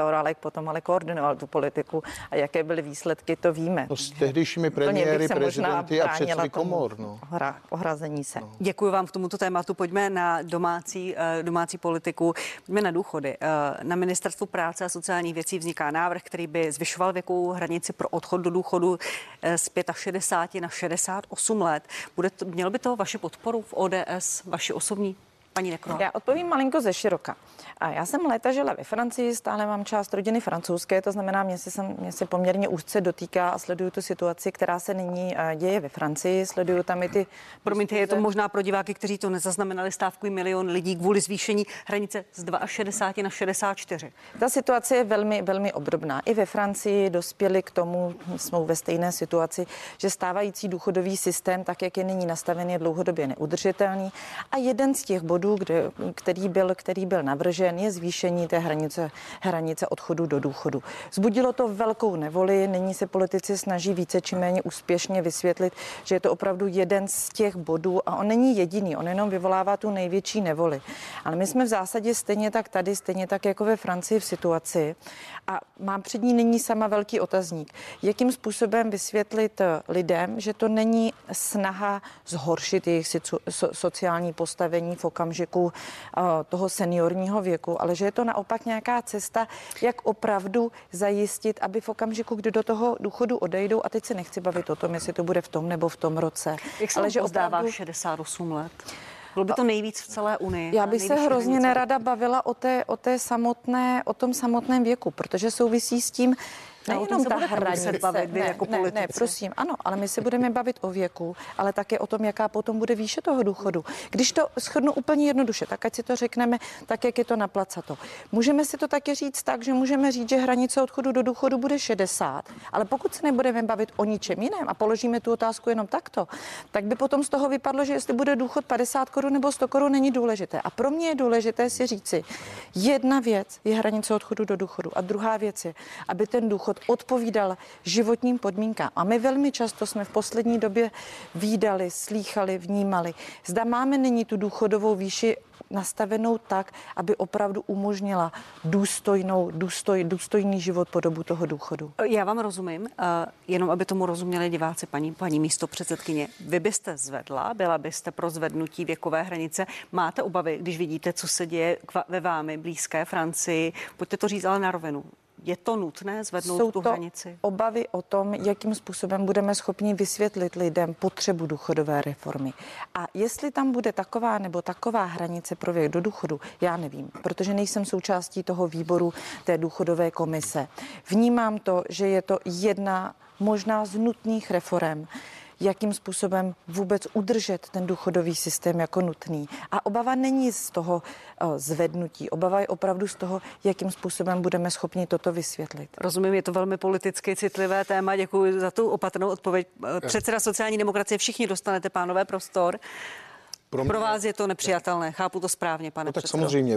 S2: Zaorálek potom ale koordinoval tu politiku a jaké byly výsledky, to víme.
S5: No, s tehdejšími premiéry, prezidenty a předsedy komor. No.
S2: Hra, ohrazení se. No.
S1: Děkuji vám k tomuto tématu. Pojďme na domácí, domácí politiku, pojďme na důchody. Na Ministerstvu práce a sociálních věcí vzniká návrh, který by zvyšoval věkovou hranici pro odchod do důchodu z šedesáti pěti na šedesát osm let. Bude to, mělo by to vaši podporu v O D S, vaši osobní? Paní Nekrová.
S2: Já odpovím malinko ze široka. A já jsem léta žila ve Francii, stále mám část rodiny francouzské, to znamená, mě se, sem, mě se poměrně úzce dotýká a sleduju tu situaci, která se nyní děje ve Francii, sleduju tam i ty...
S1: Promiňte, je to možná pro diváky, kteří to nezaznamenali, stávkují milion lidí kvůli zvýšení hranice z šedesáti dvou na šedesát čtyři.
S2: Ta situace je velmi, velmi obdobná. I ve Francii dospěli k tomu, jsme ve stejné situaci, že stávající důchodový systém, tak jak je nyní nastaven, je dlouhodobě neudržitelný a jeden z těch bodů, Kde, který, byl, který byl navržen, je zvýšení té hranice, hranice odchodu do důchodu. Zbudilo to velkou nevoli, nyní se politici snaží více či méně úspěšně vysvětlit, že je to opravdu jeden z těch bodů a on není jediný, on jenom vyvolává tu největší nevoli. Ale my jsme v zásadě stejně tak tady, stejně tak jako ve Francii v situaci a mám před ní nyní sama velký otazník. Jakým způsobem vysvětlit lidem, že to není snaha zhoršit jejich sociální postavení v okamžiku toho seniorního věku, ale že je to naopak nějaká cesta, jak opravdu zajistit, aby v okamžiku, kdy do toho důchodu odejdou, a teď se nechci bavit o tom, jestli to bude v tom nebo v tom roce.
S1: Jak se ale že pozdává opravdu... šedesát osm let? Bylo by to nejvíc v celé Unii.
S2: Já bych se hrozně nerada bavila o, té, o, té samotné, o tom samotném věku, protože souvisí s tím, nejenom ta hranice.
S1: Bavit, ne, jako
S2: ne, ne, prosím, ano, ale my se budeme bavit o věku, ale také o tom, jaká potom bude výše toho důchodu. Když to shrnu úplně jednoduše, tak ať si to řekneme tak, jak je to naplacato. Můžeme si to taky říct tak, že můžeme říct, že hranice odchodu do důchodu bude šedesát, ale pokud se nebudeme bavit o ničem jiném a položíme tu otázku jenom takto, tak by potom z toho vypadlo, že jestli bude důchod padesát korun nebo sto korun, není důležité. A pro mě je důležité si říci, jedna věc je hranice odchodu do důchodu a druhá věc je, aby ten důchod odpovídal životním podmínkám. A my velmi často jsme v poslední době vídali, slýchali, vnímali. Zda máme nyní tu důchodovou výši nastavenou tak, aby opravdu umožnila důstojnou, důstoj, důstojný život po dobu toho důchodu.
S1: Já vám rozumím, jenom aby tomu rozuměli diváci, paní, paní místopředsedkyně. Vy byste zvedla, byla byste pro zvednutí věkové hranice. Máte obavy, když vidíte, co se děje ve vámi blízké Francii? Pojďte to říct ale na rovinu. Je to nutné zvednout
S2: Jsou
S1: tu
S2: to
S1: hranici?
S2: Obavy o tom, jakým způsobem budeme schopni vysvětlit lidem potřebu důchodové reformy. A jestli tam bude taková nebo taková hranice pro věk do důchodu, já nevím, protože nejsem součástí toho výboru té důchodové komise. Vnímám to, že je to jedna možná z nutných reforem, jakým způsobem vůbec udržet ten důchodový systém jako nutný. A obava není z toho o, zvednutí, obava je opravdu z toho, jakým způsobem budeme schopni toto vysvětlit.
S1: Rozumím, je to velmi politicky citlivé téma, děkuji za tu opatrnou odpověď. Předseda sociální demokracie, všichni dostanete, pánové, prostor. Pro, mě... Pro vás je to nepřijatelné, chápu to správně, pane
S5: no, tak
S1: předsedo.
S5: samozřejmě.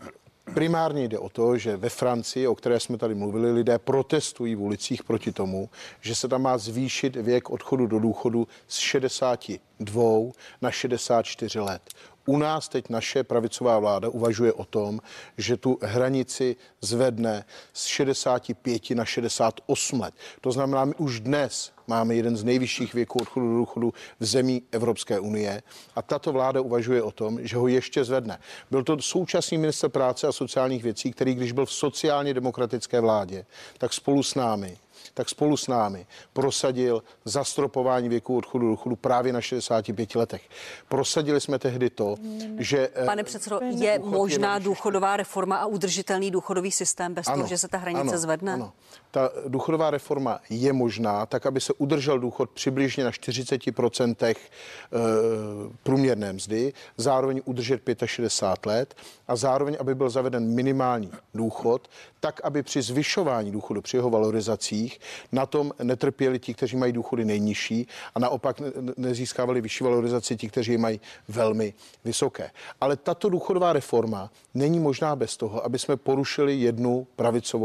S5: Primárně jde o to, že ve Francii, o které jsme tady mluvili, lidé protestují v ulicích proti tomu, že se tam má zvýšit věk odchodu do důchodu z šedesáti dvou na šedesát čtyři let. U nás teď naše pravicová vláda uvažuje o tom, že tu hranici zvedne z šedesáti pěti na šedesát osm let. To znamená, my už dnes máme jeden z nejvyšších věků odchodu do důchodu v zemí Evropské unie a tato vláda uvažuje o tom, že ho ještě zvedne. Byl to současný ministr práce a sociálních věcí, který, když byl v sociálně demokratické vládě, tak spolu s námi tak spolu s námi prosadil zastropování věku odchodu do důchodu právě na šedesáti pěti letech. Prosadili jsme tehdy to, že...
S1: Pane předsedo, je možná důchodová reforma a udržitelný důchodový systém bez ano, toho, že se ta hranice
S5: ano,
S1: zvedne?
S5: Ano. Ta důchodová reforma je možná tak, aby se udržel důchod přibližně na čtyřiceti procentech e, průměrné mzdy, zároveň udržet šedesát pět let a zároveň, aby byl zaveden minimální důchod, tak, aby při zvyšování důchodu, při jeho valorizacích, na tom netrpěli ti, kteří mají důchody nejnižší a naopak ne- nezískávali vyšší valorizaci ti, kteří mají velmi vysoké. Ale tato důchodová reforma není možná bez toho, aby jsme porušili jednu pravicovou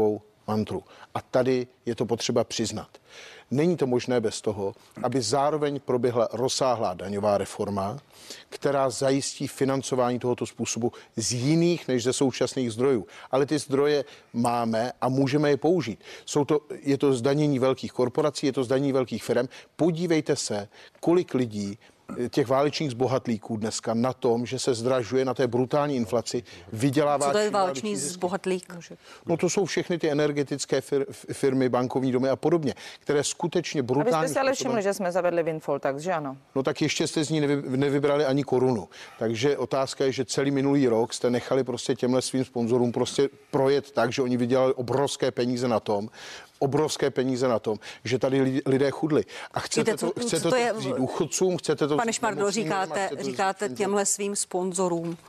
S5: mantru. A tady je to potřeba přiznat. Není to možné bez toho, aby zároveň proběhla rozsáhlá daňová reforma, která zajistí financování tohoto způsobu z jiných než ze současných zdrojů. Ale ty zdroje máme a můžeme je použít. Jsou to, je to zdanění velkých korporací, je to zdanění velkých firm. Podívejte se, kolik lidí těch válečných zbohatlíků dneska na tom, že se zdražuje na té brutální inflaci, vydělává.
S1: Co to je válečný zbohatlík?
S5: No to jsou všechny ty energetické fir, firmy, bankovní domy a podobně, které skutečně brutálně.
S2: Abyste si ale všimli, že jsme zavedli windfall tax, že ano?
S5: No tak ještě jste z ní nevy, nevybrali ani korunu. Takže otázka je, že celý minulý rok jste nechali prostě těmhle svým sponzorům prostě projet tak, že oni vydělali obrovské peníze na tom, obrovské peníze na tom, že tady lidé chudli. A chcete
S1: Víte, co,
S5: to, chcete
S1: co to je,
S5: vzít důchodcům, chcete to
S1: Pane Šmardo, říkáte,
S5: to
S1: říkáte těmhle svým sponzorům.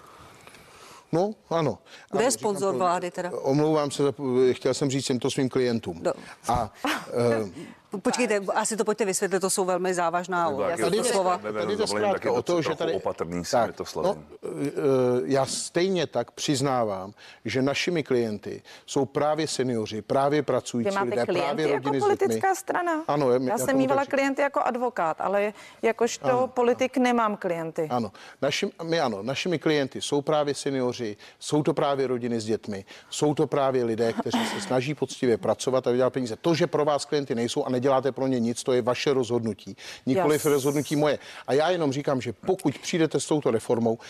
S5: No, ano.
S1: Kdo je sponzor vlády teda?
S5: Omlouvám se, chtěl jsem říct těmto svým klientům.
S1: Do.
S5: A
S1: uh, Počkejte, asi to pojďte vysvětlit, to jsou velmi závažná
S5: tady
S1: slova.
S5: Tady jde zkrátka o to, že tady...
S3: Opatrný
S5: tak,
S3: to slovem.
S5: No, já stejně tak přiznávám, že našimi klienty jsou právě seniori, právě pracující
S2: Vy máte
S5: lidé, právě
S2: jako
S5: rodiny s
S2: politická
S5: dětmi.
S2: strana.
S5: Ano,
S2: já, já jsem mývala
S5: tak...
S2: klienty jako advokát, ale jakožto ano, politik ano. nemám klienty.
S5: Ano, Našim, my ano, našimi klienty jsou právě seniori, jsou to právě rodiny s dětmi, jsou to právě lidé, kteří se snaží poctivě pracovat a vydělat peníze. To, že pro vás klienty nejsou a neděláte pro ně nic, to je vaše rozhodnutí, nikoliv yes. rozhodnutí moje. A já jenom říkám, že pokud přijdete s touto reformou,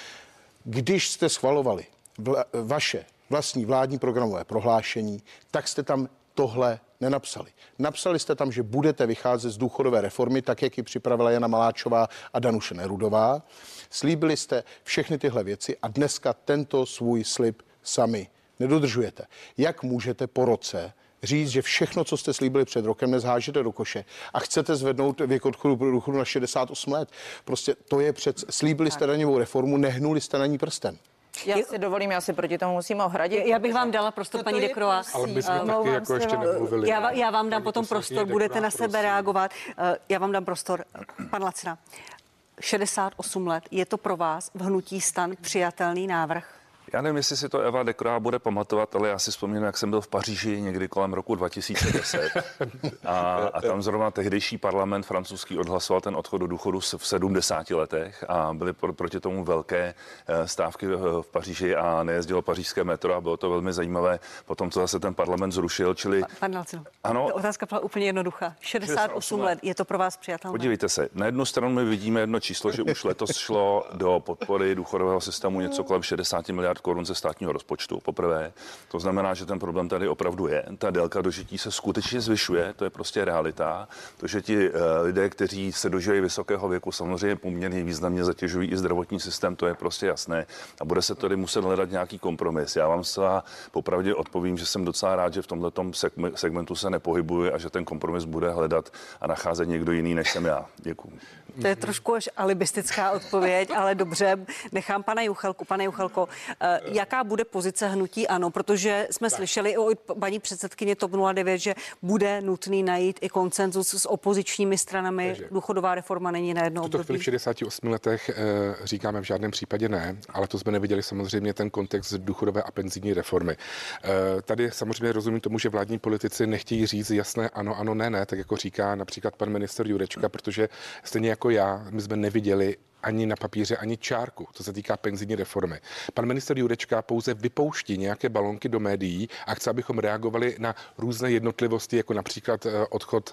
S5: když jste schvalovali vla, vaše vlastní vládní programové prohlášení, tak jste tam tohle nenapsali. Napsali jste tam, že budete vycházet z důchodové reformy, tak jak ji připravila Jana Maláčová a Danuše Nerudová. Slíbili jste všechny tyhle věci a dneska tento svůj slib sami nedodržujete. Jak můžete po roce říct, že všechno, co jste slíbili před rokem, nezhážete do koše a chcete zvednout věk odchodu do důchodu na šedesát osm let? Prostě to je před... Slíbili jste daňovou reformu, nehnuli jste na ní prstem.
S2: Já si dovolím, já si proti tomu musím ohradit.
S1: Já bych vám dala prostor, paní Dekrová.
S4: Ale my jsme taky jako ještě nemluvili.
S1: Já, já vám dám potom prostor, budete na sebe reagovat. Já vám dám prostor. Pan Lacina, šedesát osm let, je to pro vás v hnutí STAN přijatelný návrh?
S3: Já nevím, jestli si to Eva Dekrová bude pamatovat, ale já si vzpomínám, jak jsem byl v Paříži někdy kolem roku dva tisíce deset a, a tam zrovna tehdejší parlament francouzský odhlasoval ten odchod do důchodu v sedmdesáti letech a byly pro, proti tomu velké stávky v Paříži a nejezdilo pařížské metro a bylo to velmi zajímavé. Potom to zase ten parlament zrušil, čili...
S1: Pan Lacino,
S3: ano,
S1: otázka byla úplně jednoduchá. šedesát osm let, je to pro vás přijatelné?
S3: Podívejte se, na jednu stranu my vidíme jedno číslo, že už letos šlo do podpory důchodového systému něco kolem šedesát miliard korun ze státního rozpočtu poprvé. To znamená, že ten problém tady opravdu je. Ta délka dožití se skutečně zvyšuje, to je prostě realita. To, že ti uh, lidé, kteří se dožijí vysokého věku, samozřejmě poměrně významně zatěžují i zdravotní systém, to je prostě jasné. A bude se tady muset hledat nějaký kompromis. Já vám zcela popravdě odpovím, že jsem docela rád, že v tomhletom segmentu se nepohybuji a že ten kompromis bude hledat a nacházet někdo jiný, než jsem já. Děkuji.
S1: To je trošku až alibistická odpověď, ale dobře, nechám pana Juchelku. Pane Juchelko, jaká bude pozice hnutí ANO, protože jsme tak. slyšeli od paní předsedkyně TOP nula devět, že bude nutný najít i konsenzus s opozičními stranami. Takže důchodová reforma není na jedno období.
S4: V tuto chvíli v šedesáti osmi letech e, říkáme v žádném případě ne, ale to jsme neviděli samozřejmě ten kontext důchodové a penzijní reformy. E, tady samozřejmě rozumím tomu, že vládní politici nechtějí říct jasné ano, ano, ne, ne, tak jako říká například pan minister Jurečka, protože stejně jako já, my jsme neviděli ani na papíře, ani čárku, co se týká penzijní reformy. Pan minister Jurečka pouze vypouští nějaké balonky do médií a chce, abychom reagovali na různé jednotlivosti, jako například odchod,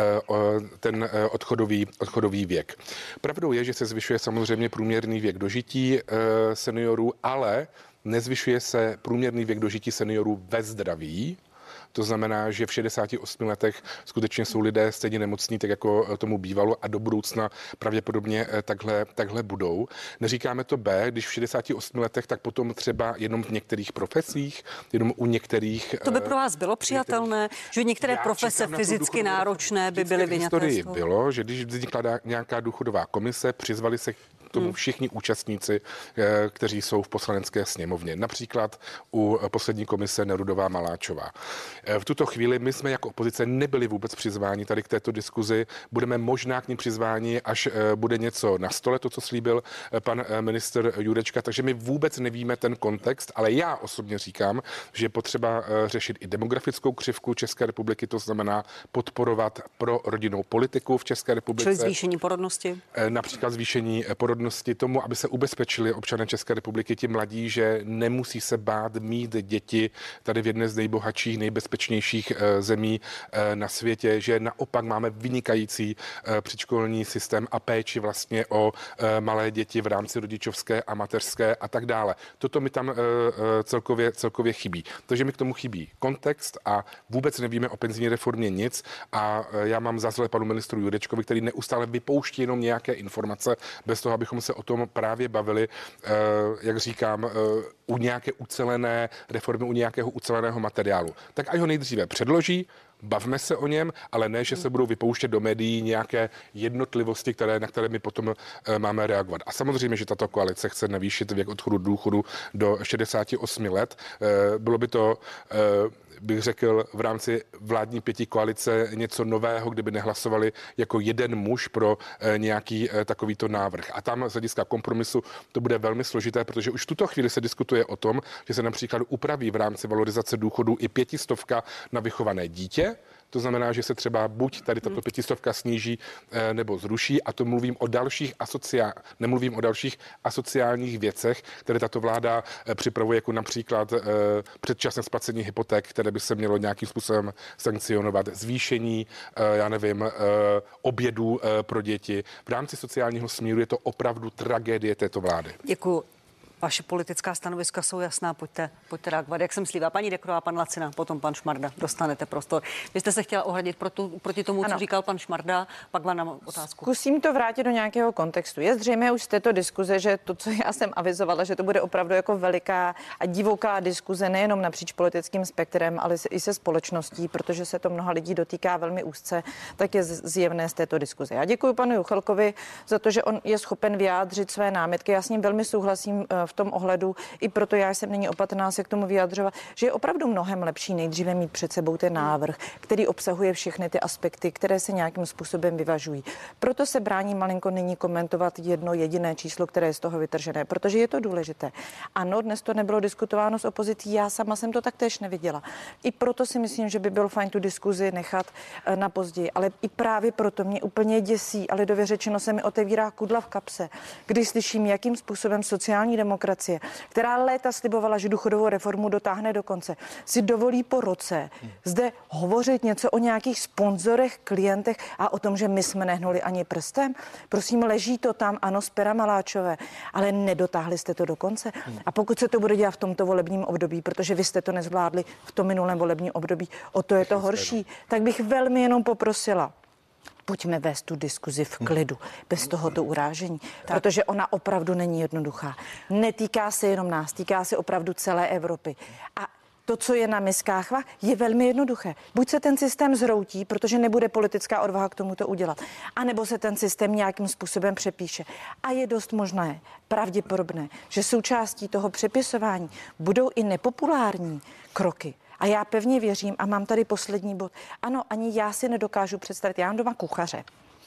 S4: ten odchodový, odchodový věk. Pravdou je, že se zvyšuje samozřejmě průměrný věk dožití seniorů, ale nezvyšuje se průměrný věk dožití seniorů ve zdraví. To znamená, že v šedesáti osmi letech skutečně jsou lidé stejně nemocní, tak jako tomu bývalo a do budoucna pravděpodobně takhle, takhle budou. Neříkáme to B, když v šedesáti osmi letech, tak potom třeba jenom v některých profesích, jenom u některých...
S1: To by pro vás bylo přijatelné, že některé profese fyzicky náročné by byly vyňaté?
S4: V historii bylo, že když vznikla nějaká důchodová komise, přizvali se tomu všichni účastníci, kteří jsou v poslanecké sněmovně. Například u poslední komise Nerudová Maláčová. V tuto chvíli my jsme jako opozice nebyli vůbec přizváni tady k této diskuzi. Budeme možná k ní přizváni, až bude něco na stole, to, co slíbil pan ministr Jurečka, takže my vůbec nevíme ten kontext, ale já osobně říkám, že je potřeba řešit i demografickou křivku České republiky, to znamená podporovat pro rodinnou politiku v České republice.
S1: Čili zvýšení porodnosti?
S4: Například zvýšení porodnosti tomu, aby se ubezpečili občané České republiky, ti mladí, že nemusí se bát mít děti tady v jedné z nejbohatších, nejbezpečnějších zemí na světě, že naopak máme vynikající předškolní systém a péči vlastně o malé děti v rámci rodičovské a mateřské a tak dále. Toto mi tam celkově, celkově chybí. Takže mi k tomu chybí kontext a vůbec nevíme o penzijní reformě nic a já mám za zle panu ministru Jurečkovi, který neustále vypouští jenom nějaké informace bez toho, abychom se o tom právě bavili, jak říkám, u nějaké ucelené reformy, u nějakého uceleného materiálu. Tak ať ho nejdříve předloží, bavme se o něm, ale ne, že se budou vypouštět do médií nějaké jednotlivosti, které, na které my potom e, máme reagovat. A samozřejmě, že tato koalice chce navýšit věk odchodu do důchodu do šedesáti osmi let. E, bylo by to e, bych řekl, v rámci vládní pěti koalice něco nového, kdyby nehlasovali jako jeden muž pro e, nějaký e, takovýto návrh. A tam z hlediska kompromisu to bude velmi složité, protože už v tuto chvíli se diskutuje o tom, že se například upraví v rámci valorizace důchodu i pětistovka na vychované dítě. To znamená, že se třeba buď tady tato pětistovka sníží nebo zruší, a to mluvím o dalších asociál, nemluvím o dalších asociálních věcech, které tato vláda připravuje, jako například předčasné splacení hypoték, které by se mělo nějakým způsobem sankcionovat, zvýšení, já nevím, obědů pro děti. V rámci sociálního smíru je to opravdu tragédie této vlády.
S1: Děkuji. Vaše politická stanoviska jsou jasná, pojďte, pojďte reagovat. Jak jsem slíbila, paní Dekrová, pan Lacina, potom pan Šmarda, dostanete prostor. Vy jste se chtěla ohradit proti, proti tomu, ano. co říkal pan Šmarda, pak vám na otázku.
S2: Zkusím to vrátit do nějakého kontextu. Je zřejmé už z této diskuze, že to, co já jsem avizovala, že to bude opravdu jako veliká a divoká diskuze nejenom napříč politickým spektrem, ale i se společností, protože se to mnoha lidí dotýká velmi úzce, tak je zjevné z této diskuze. Já děkuji panu Juchelkovi za to, že on je schopen vyjádřit své námitky. Já s ním velmi souhlasím v tom ohledu, i proto já jsem nyní opatrná se k tomu vyjadřovat, že je opravdu mnohem lepší nejdříve mít před sebou ten návrh, který obsahuje všechny ty aspekty, které se nějakým způsobem vyvažují. Proto se brání malinko nyní komentovat jedno jediné číslo, které je z toho vytržené, protože je to důležité. Ano, dnes to nebylo diskutováno s opozicí, já sama jsem to taktéž neviděla. I proto si myslím, že by bylo fajn tu diskuzi nechat na později, ale i právě proto mě úplně děsí, ale lidově řečeno se mi otevírá kudla v kapse, když slyším, jakým způsobem sociální demokracie, která léta slibovala, že důchodovou reformu dotáhne do konce, si dovolí po roce zde hovořit něco o nějakých sponzorech, klientech a o tom, že my jsme nehnuli ani prstem. Prosím, leží to tam, ano, z pera Maláčové, ale nedotáhli jste to do konce. A pokud se to bude dělat v tomto volebním období, protože vy jste to nezvládli v tom minulém volebním období, o to je to horší, tak bych velmi jenom poprosila, pojďme vést tu diskuzi v klidu, bez tohoto urážení, tak. Protože ona opravdu není jednoduchá. Netýká se jenom nás, týká se opravdu celé Evropy. A to, co je na miskách, je velmi jednoduché. Buď se ten systém zhroutí, protože nebude politická odvaha k tomu to udělat, anebo se ten systém nějakým způsobem přepíše. A je dost možné, pravděpodobné, že součástí toho přepisování budou i nepopulární kroky. A já pevně věřím, a mám tady poslední bod. Ano, ani já si nedokážu představit, já mám doma kuchaře,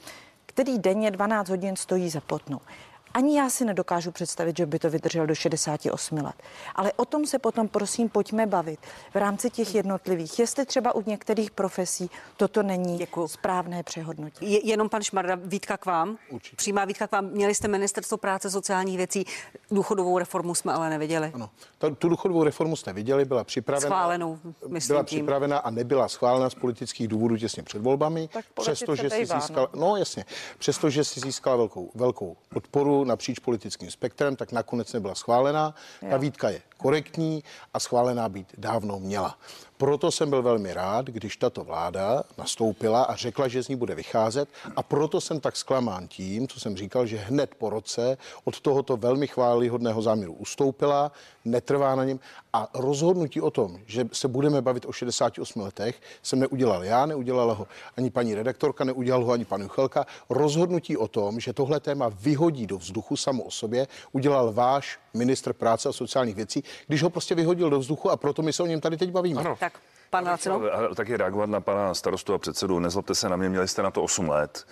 S2: který denně dvanáct hodin stojí za plotnou. Ani já si nedokážu představit, že by to vydržel do šedesáti osmi let. Ale o tom se potom, prosím, pojďme bavit v rámci těch jednotlivých. Jestli třeba u některých profesí toto není Děkuju. správné přehodnotí.
S1: Je, jenom pan Šmarda, výtka k vám. Určitě. Přímá výtka k vám. Měli jste ministerstvo práce sociálních věcí, důchodovou reformu jsme ale neviděli. Ano.
S5: Ta, tu důchodovou reformu jste viděli, byla připravena.
S1: Schválenou, myslím
S5: Byla
S1: tím.
S5: připravena a nebyla schválena z politických důvodů těsně před volbami. Přestože si získala, no jasně, přestože si získala velkou, velkou podporu napříč politickým spektrem, tak nakonec nebyla schválená. Ta výtka je korektní a schválená být dávno měla. Proto jsem byl velmi rád, když tato vláda nastoupila a řekla, že z ní bude vycházet, a proto jsem tak zklamán tím, co jsem říkal, že hned po roce od tohoto velmi chvályhodného záměru ustoupila, netrvá na něm, a rozhodnutí o tom, že se budeme bavit o šedesáti osmi letech, jsem neudělal já, neudělala ho ani paní redaktorka, neudělal ho ani pan Juchelka. Rozhodnutí o tom, že tohle téma vyhodí do vzduchu samo o sobě, udělal váš ministr práce a sociálních věcí, když ho prostě vyhodil do vzduchu, a proto my se o něm tady teď bavíme.
S4: Ano.
S1: Tak. Pan Lacino?
S3: Taky reagovat na pana starostu a předsedu. Nezlobte se na mě, měli jste na to osm let.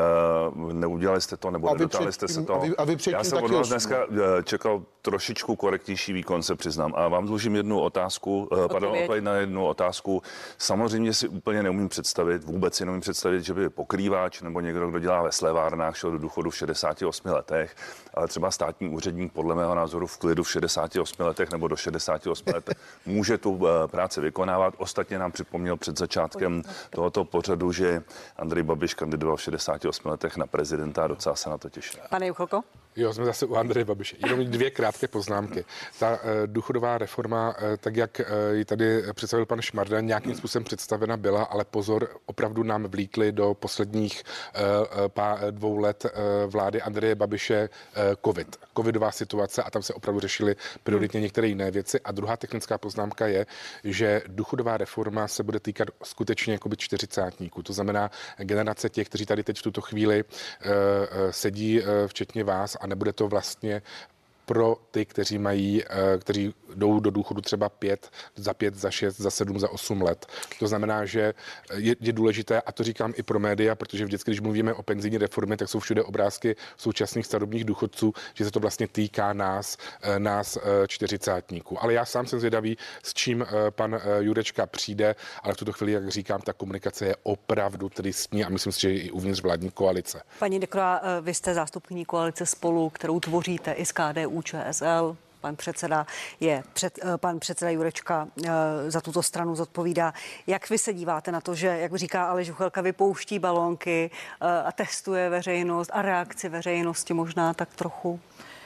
S3: Uh, neudělali jste to, nebo nedotáhli jste se to.
S5: A vy, a vy
S3: Já jsem od vás dneska čekal trošičku korektnější výkon, se přiznám. A vám dlužím jednu otázku, uh, pardon, odpověď na jednu otázku. Samozřejmě si úplně neumím představit, vůbec si neumím představit, že by pokrývač nebo někdo, kdo dělá ve slévárnách, šel do důchodu v šedesáti osmi letech, ale třeba státní úředník podle mého názoru v klidu v šedesáti osmi letech nebo do šedesáti osmi let může tu uh, práci vykonávat. Ostatně nám připomněl před začátkem tohoto pořadu, že Andrej Babiš kandidoval v šedesáti osmi letech na prezidenta a docela se na to těšil.
S1: Pane Juchelko?
S4: Jo, jsme zase u Andreje Babiše. Jenom dvě krátké poznámky. Ta uh, důchodová reforma, uh, tak jak uh, ji tady představil pan Šmarda, nějakým způsobem představena byla, ale pozor, opravdu nám vlítli do posledních uh, pá, dvou let uh, vlády Andreje Babiše uh, covid. Covidová situace, a tam se opravdu řešily prioritně některé jiné věci. A druhá technická poznámka je, že důchodová reforma se bude týkat skutečně jakoby čtyřicátníků. To znamená generace těch, kteří tady teď v tuto chvíli uh, sedí, uh, včetně vás, a nebude to vlastně pro ty, kteří mají, kteří jdou do důchodu třeba pět, za pět, za šest, za sedm, za osm let. To znamená, že je, je důležité, a to říkám i pro média, protože vždycky, když mluvíme o penzijní reformě, tak jsou všude obrázky současných starobních důchodců, že se to vlastně týká nás, nás čtyřicátníků. Ale já sám jsem zvědavý, s čím pan Jurečka přijde, ale v tuto chvíli, jak říkám, ta komunikace je opravdu tristní a myslím si, že i uvnitř vládní koalice.
S1: Paní Dekroa, vy jste zástupkyní koalice Spolu, kterou tvoříte i s K D U Č S L. Pan předseda je před, pan předseda Jurečka za tuto stranu zodpovídá. Jak vy se díváte na to, že, jak říká Aleš Juchelka, vypouští balónky a testuje veřejnost a reakci veřejnosti možná tak trochu?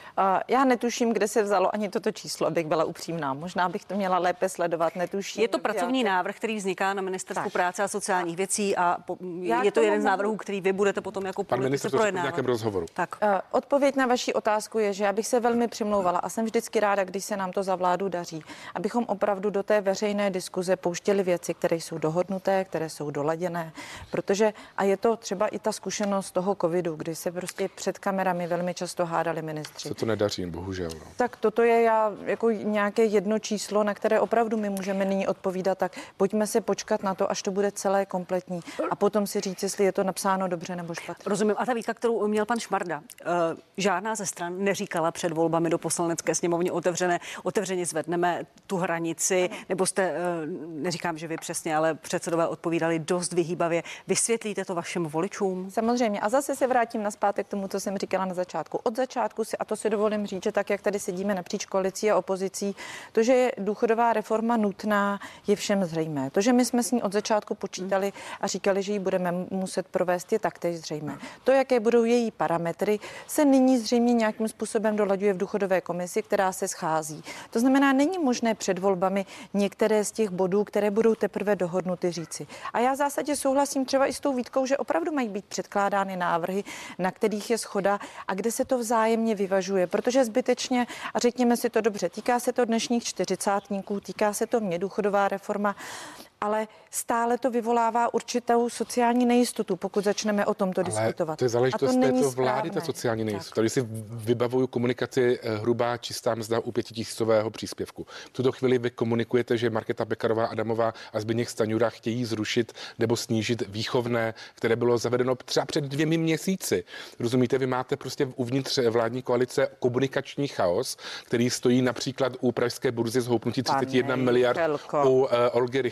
S2: Já netuším, kde se vzalo ani toto číslo, abych byla upřímná. Možná bych to měla lépe sledovat, netuším.
S1: Je to pracovní
S2: já...
S1: návrh, který vzniká na Ministerstvu tak. práce a sociálních věcí, a po,
S2: já
S1: je to jeden z
S2: mohu...
S1: návrhů, který vy budete potom jako
S4: pan
S1: politici projednávat.
S4: V nějakém rozhovoru.
S1: Tak.
S2: Uh, odpověď na vaši otázku je, že já bych se velmi přimlouvala a jsem vždycky ráda, když se nám to za vládu daří, abychom opravdu do té veřejné diskuze pouštěli věci, které jsou dohodnuté, které jsou doladěné, protože a je to třeba i ta zkušenost toho covidu, kdy se prostě před kamerami velmi často hádali ministři.
S4: Se to nedaří, bohužel. No.
S2: Tak toto je já jako nějaké jedno číslo, na které opravdu my můžeme nyní odpovídat, tak pojďme se počkat na to, až to bude celé kompletní a potom si říct, jestli je to napsáno dobře nebo špatně.
S1: Rozumím. A ta výtka, kterou měl pan Šmarda, žádná ze stran neříkala před volbami do Poslanecké sněmovny otevřené, otevřeně zvedneme tu hranici, nebo jste, neříkám, že vy přesně, ale předsedové odpovídali dost vyhýbavě. Vysvětlíte to vašim voličům?
S2: Samozřejmě. A zase se vrátím nazpátek k tomu, co jsem říkala na začátku. Od začátku si, a to si dovolím říct, že tak, jak tady sedíme napříč koalicí a opozicí, to, že je důchodová reforma nutná, je všem zřejmé. To, že my jsme s ní od začátku počítali a říkali, že ji budeme muset provést, je taktéž zřejmé. To, jaké budou její parametry, se nyní zřejmě nějakým způsobem dolaďuje v důchodové komisi, která se schází. To znamená, není možné před volbami některé z těch bodů, které budou teprve dohodnuty, říci. A já v zásadě souhlasím třeba i s tou výtkou, že opravdu mají být předkládány návrhy, na kterých je shoda a kde se to vzájemně vyvažuje, protože zbytečně, a řekněme si to dobře, týká se to dnešních čtyřicátníků, týká se to mě důchodová reforma, ale stále to vyvolává určitou sociální nejistotu, pokud začneme o tomto
S4: ale
S2: diskutovat.
S4: To je záležitost
S2: to
S4: této vlády, ta sociální nejistota. Když si vybavuju komunikaci hrubá čistá mzda u pětitisícového příspěvku. V tuto chvíli vy komunikujete, že Markéta Pekarová Adamová a Zbyněk Stanjura chtějí zrušit nebo snížit výchovné, které bylo zavedeno třeba před dvěmi měsíci. Rozumíte, vy máte prostě uvnitř vládní koalice komunikační chaos, který stojí například u pražské burzy zhoupnutí třicet jedna miliard u uh, Olgy Richterové.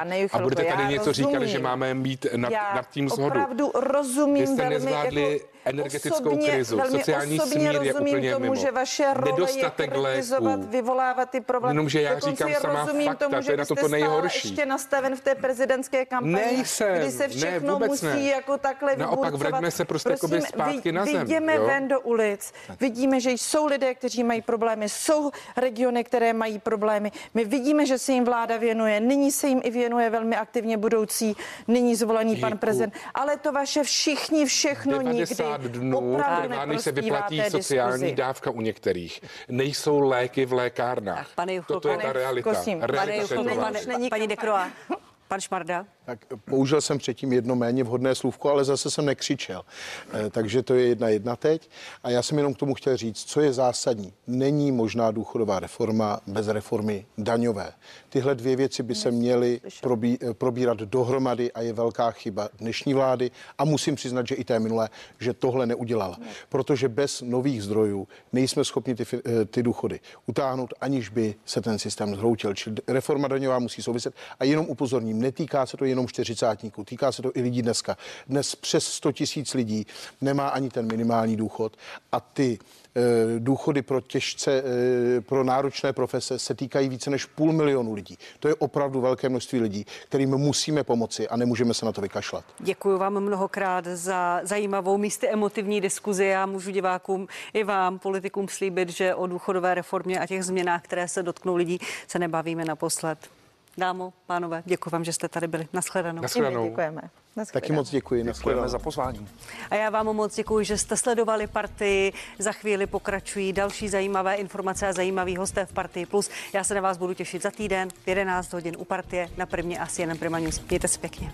S2: Pane Juchelko,
S4: a budete tady
S2: já
S4: něco říkat,
S2: rozumím.
S4: že máme mít nad,
S2: Já
S4: nad tím shodu.
S2: opravdu rozumím
S4: Vy jste
S2: velmi,
S4: nezvládli
S2: jako
S4: energetickou
S2: osobně,
S4: krizu,
S2: velmi
S4: sociální
S2: osobně
S4: smír je
S2: rozumím
S4: úplně
S2: tomu,
S4: mimo.
S2: že vaše role
S4: Nedostatek
S2: je kritizovat,
S4: léků.
S2: vyvolávat ty problémy.
S4: Jenomže já
S2: Dokonce
S4: říkám samá
S2: rozumím
S4: fakta,
S2: tomu,
S4: to
S2: že
S4: je na
S2: vy
S4: to
S2: jste
S4: to
S2: stále
S4: nejhorší.
S2: ještě nastaven v té prezidentské kampani,
S4: Nejsem,
S2: kdy se
S4: ne,
S2: všechno
S4: vůbec
S2: musí
S4: ne.
S2: jako takhle
S4: Naopak
S2: vyburcovat.
S4: vraťme se prostě
S2: Prosím,
S4: jakoby zpátky na zem,
S2: vyjdeme
S4: jo?
S2: ven do ulic, vidíme, že jsou lidé, kteří mají problémy, jsou regiony, které mají problémy. My vidíme, že se jim vláda věnuje, nyní se jim i věnuje velmi aktivně budoucí, nyní zvolený pan
S4: Díku.
S2: prezident. Ale to vaše všichni všechno nikdy
S4: devadesát dnů
S2: opravdu
S4: trvá, než se
S2: neprospívá
S4: vyplatí
S2: té
S4: sociální
S2: diskuzi.
S4: dávka u některých. Nejsou léky v lékárnách.
S1: Pane Juchelko,
S4: Toto je ta
S2: pane
S4: realita.
S2: Prosím, pane
S4: Realita
S1: Juchelko,
S4: této
S1: pane,
S4: vlády.
S2: není
S1: paní Dekroa, pan Šmarda.
S5: Tak použil jsem předtím jedno méně vhodné slůvko, ale zase jsem nekřičel. E, takže to je jedna jedna teď. A já jsem jenom k tomu chtěl říct, co je zásadní. Není možná důchodová reforma bez reformy daňové. Tyhle dvě věci by se měly probí, probírat dohromady a je velká chyba dnešní vlády a musím přiznat, že i té minulé, že tohle neudělala. Protože bez nových zdrojů nejsme schopni ty, ty důchody utáhnout, aniž by se ten systém zhroutil. Čili reforma daňová musí souviset a jenom upozorním, netýká se to jenom čtyřicátníků, týká se to i lidí dneska. Dnes přes sto tisíc lidí nemá ani ten minimální důchod a ty e, důchody pro těžce, e, pro náročné profese se týkají více než půl milionu lidí. To je opravdu velké množství lidí, kterým musíme pomoci a nemůžeme se na to vykašlat.
S1: Děkuji vám mnohokrát za zajímavou místy emotivní diskuzi. Já můžu divákům i vám, politikům, slíbit, že o důchodové reformě a těch změnách, které se dotknou lidí, se nebavíme naposled. Dámo, pánové, děkuji vám, že jste tady byli. Naschledanou.
S4: Nashledanou.
S2: Děkujeme.
S5: Taky moc děkuji.
S3: Děkujeme za pozvání.
S1: A já vám moc děkuji, že jste sledovali Partii. Za chvíli pokračují další zajímavé informace a zajímaví hosté v Partii Plus. Já se na vás budu těšit za týden v jedenáct hodin u Partie na Primě a C N N Prima News. Mějte se pěkně.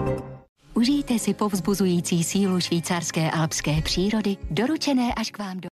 S6: Užijte si povzbuzující sílu švýcarské alpské přírody, doručené až k vám do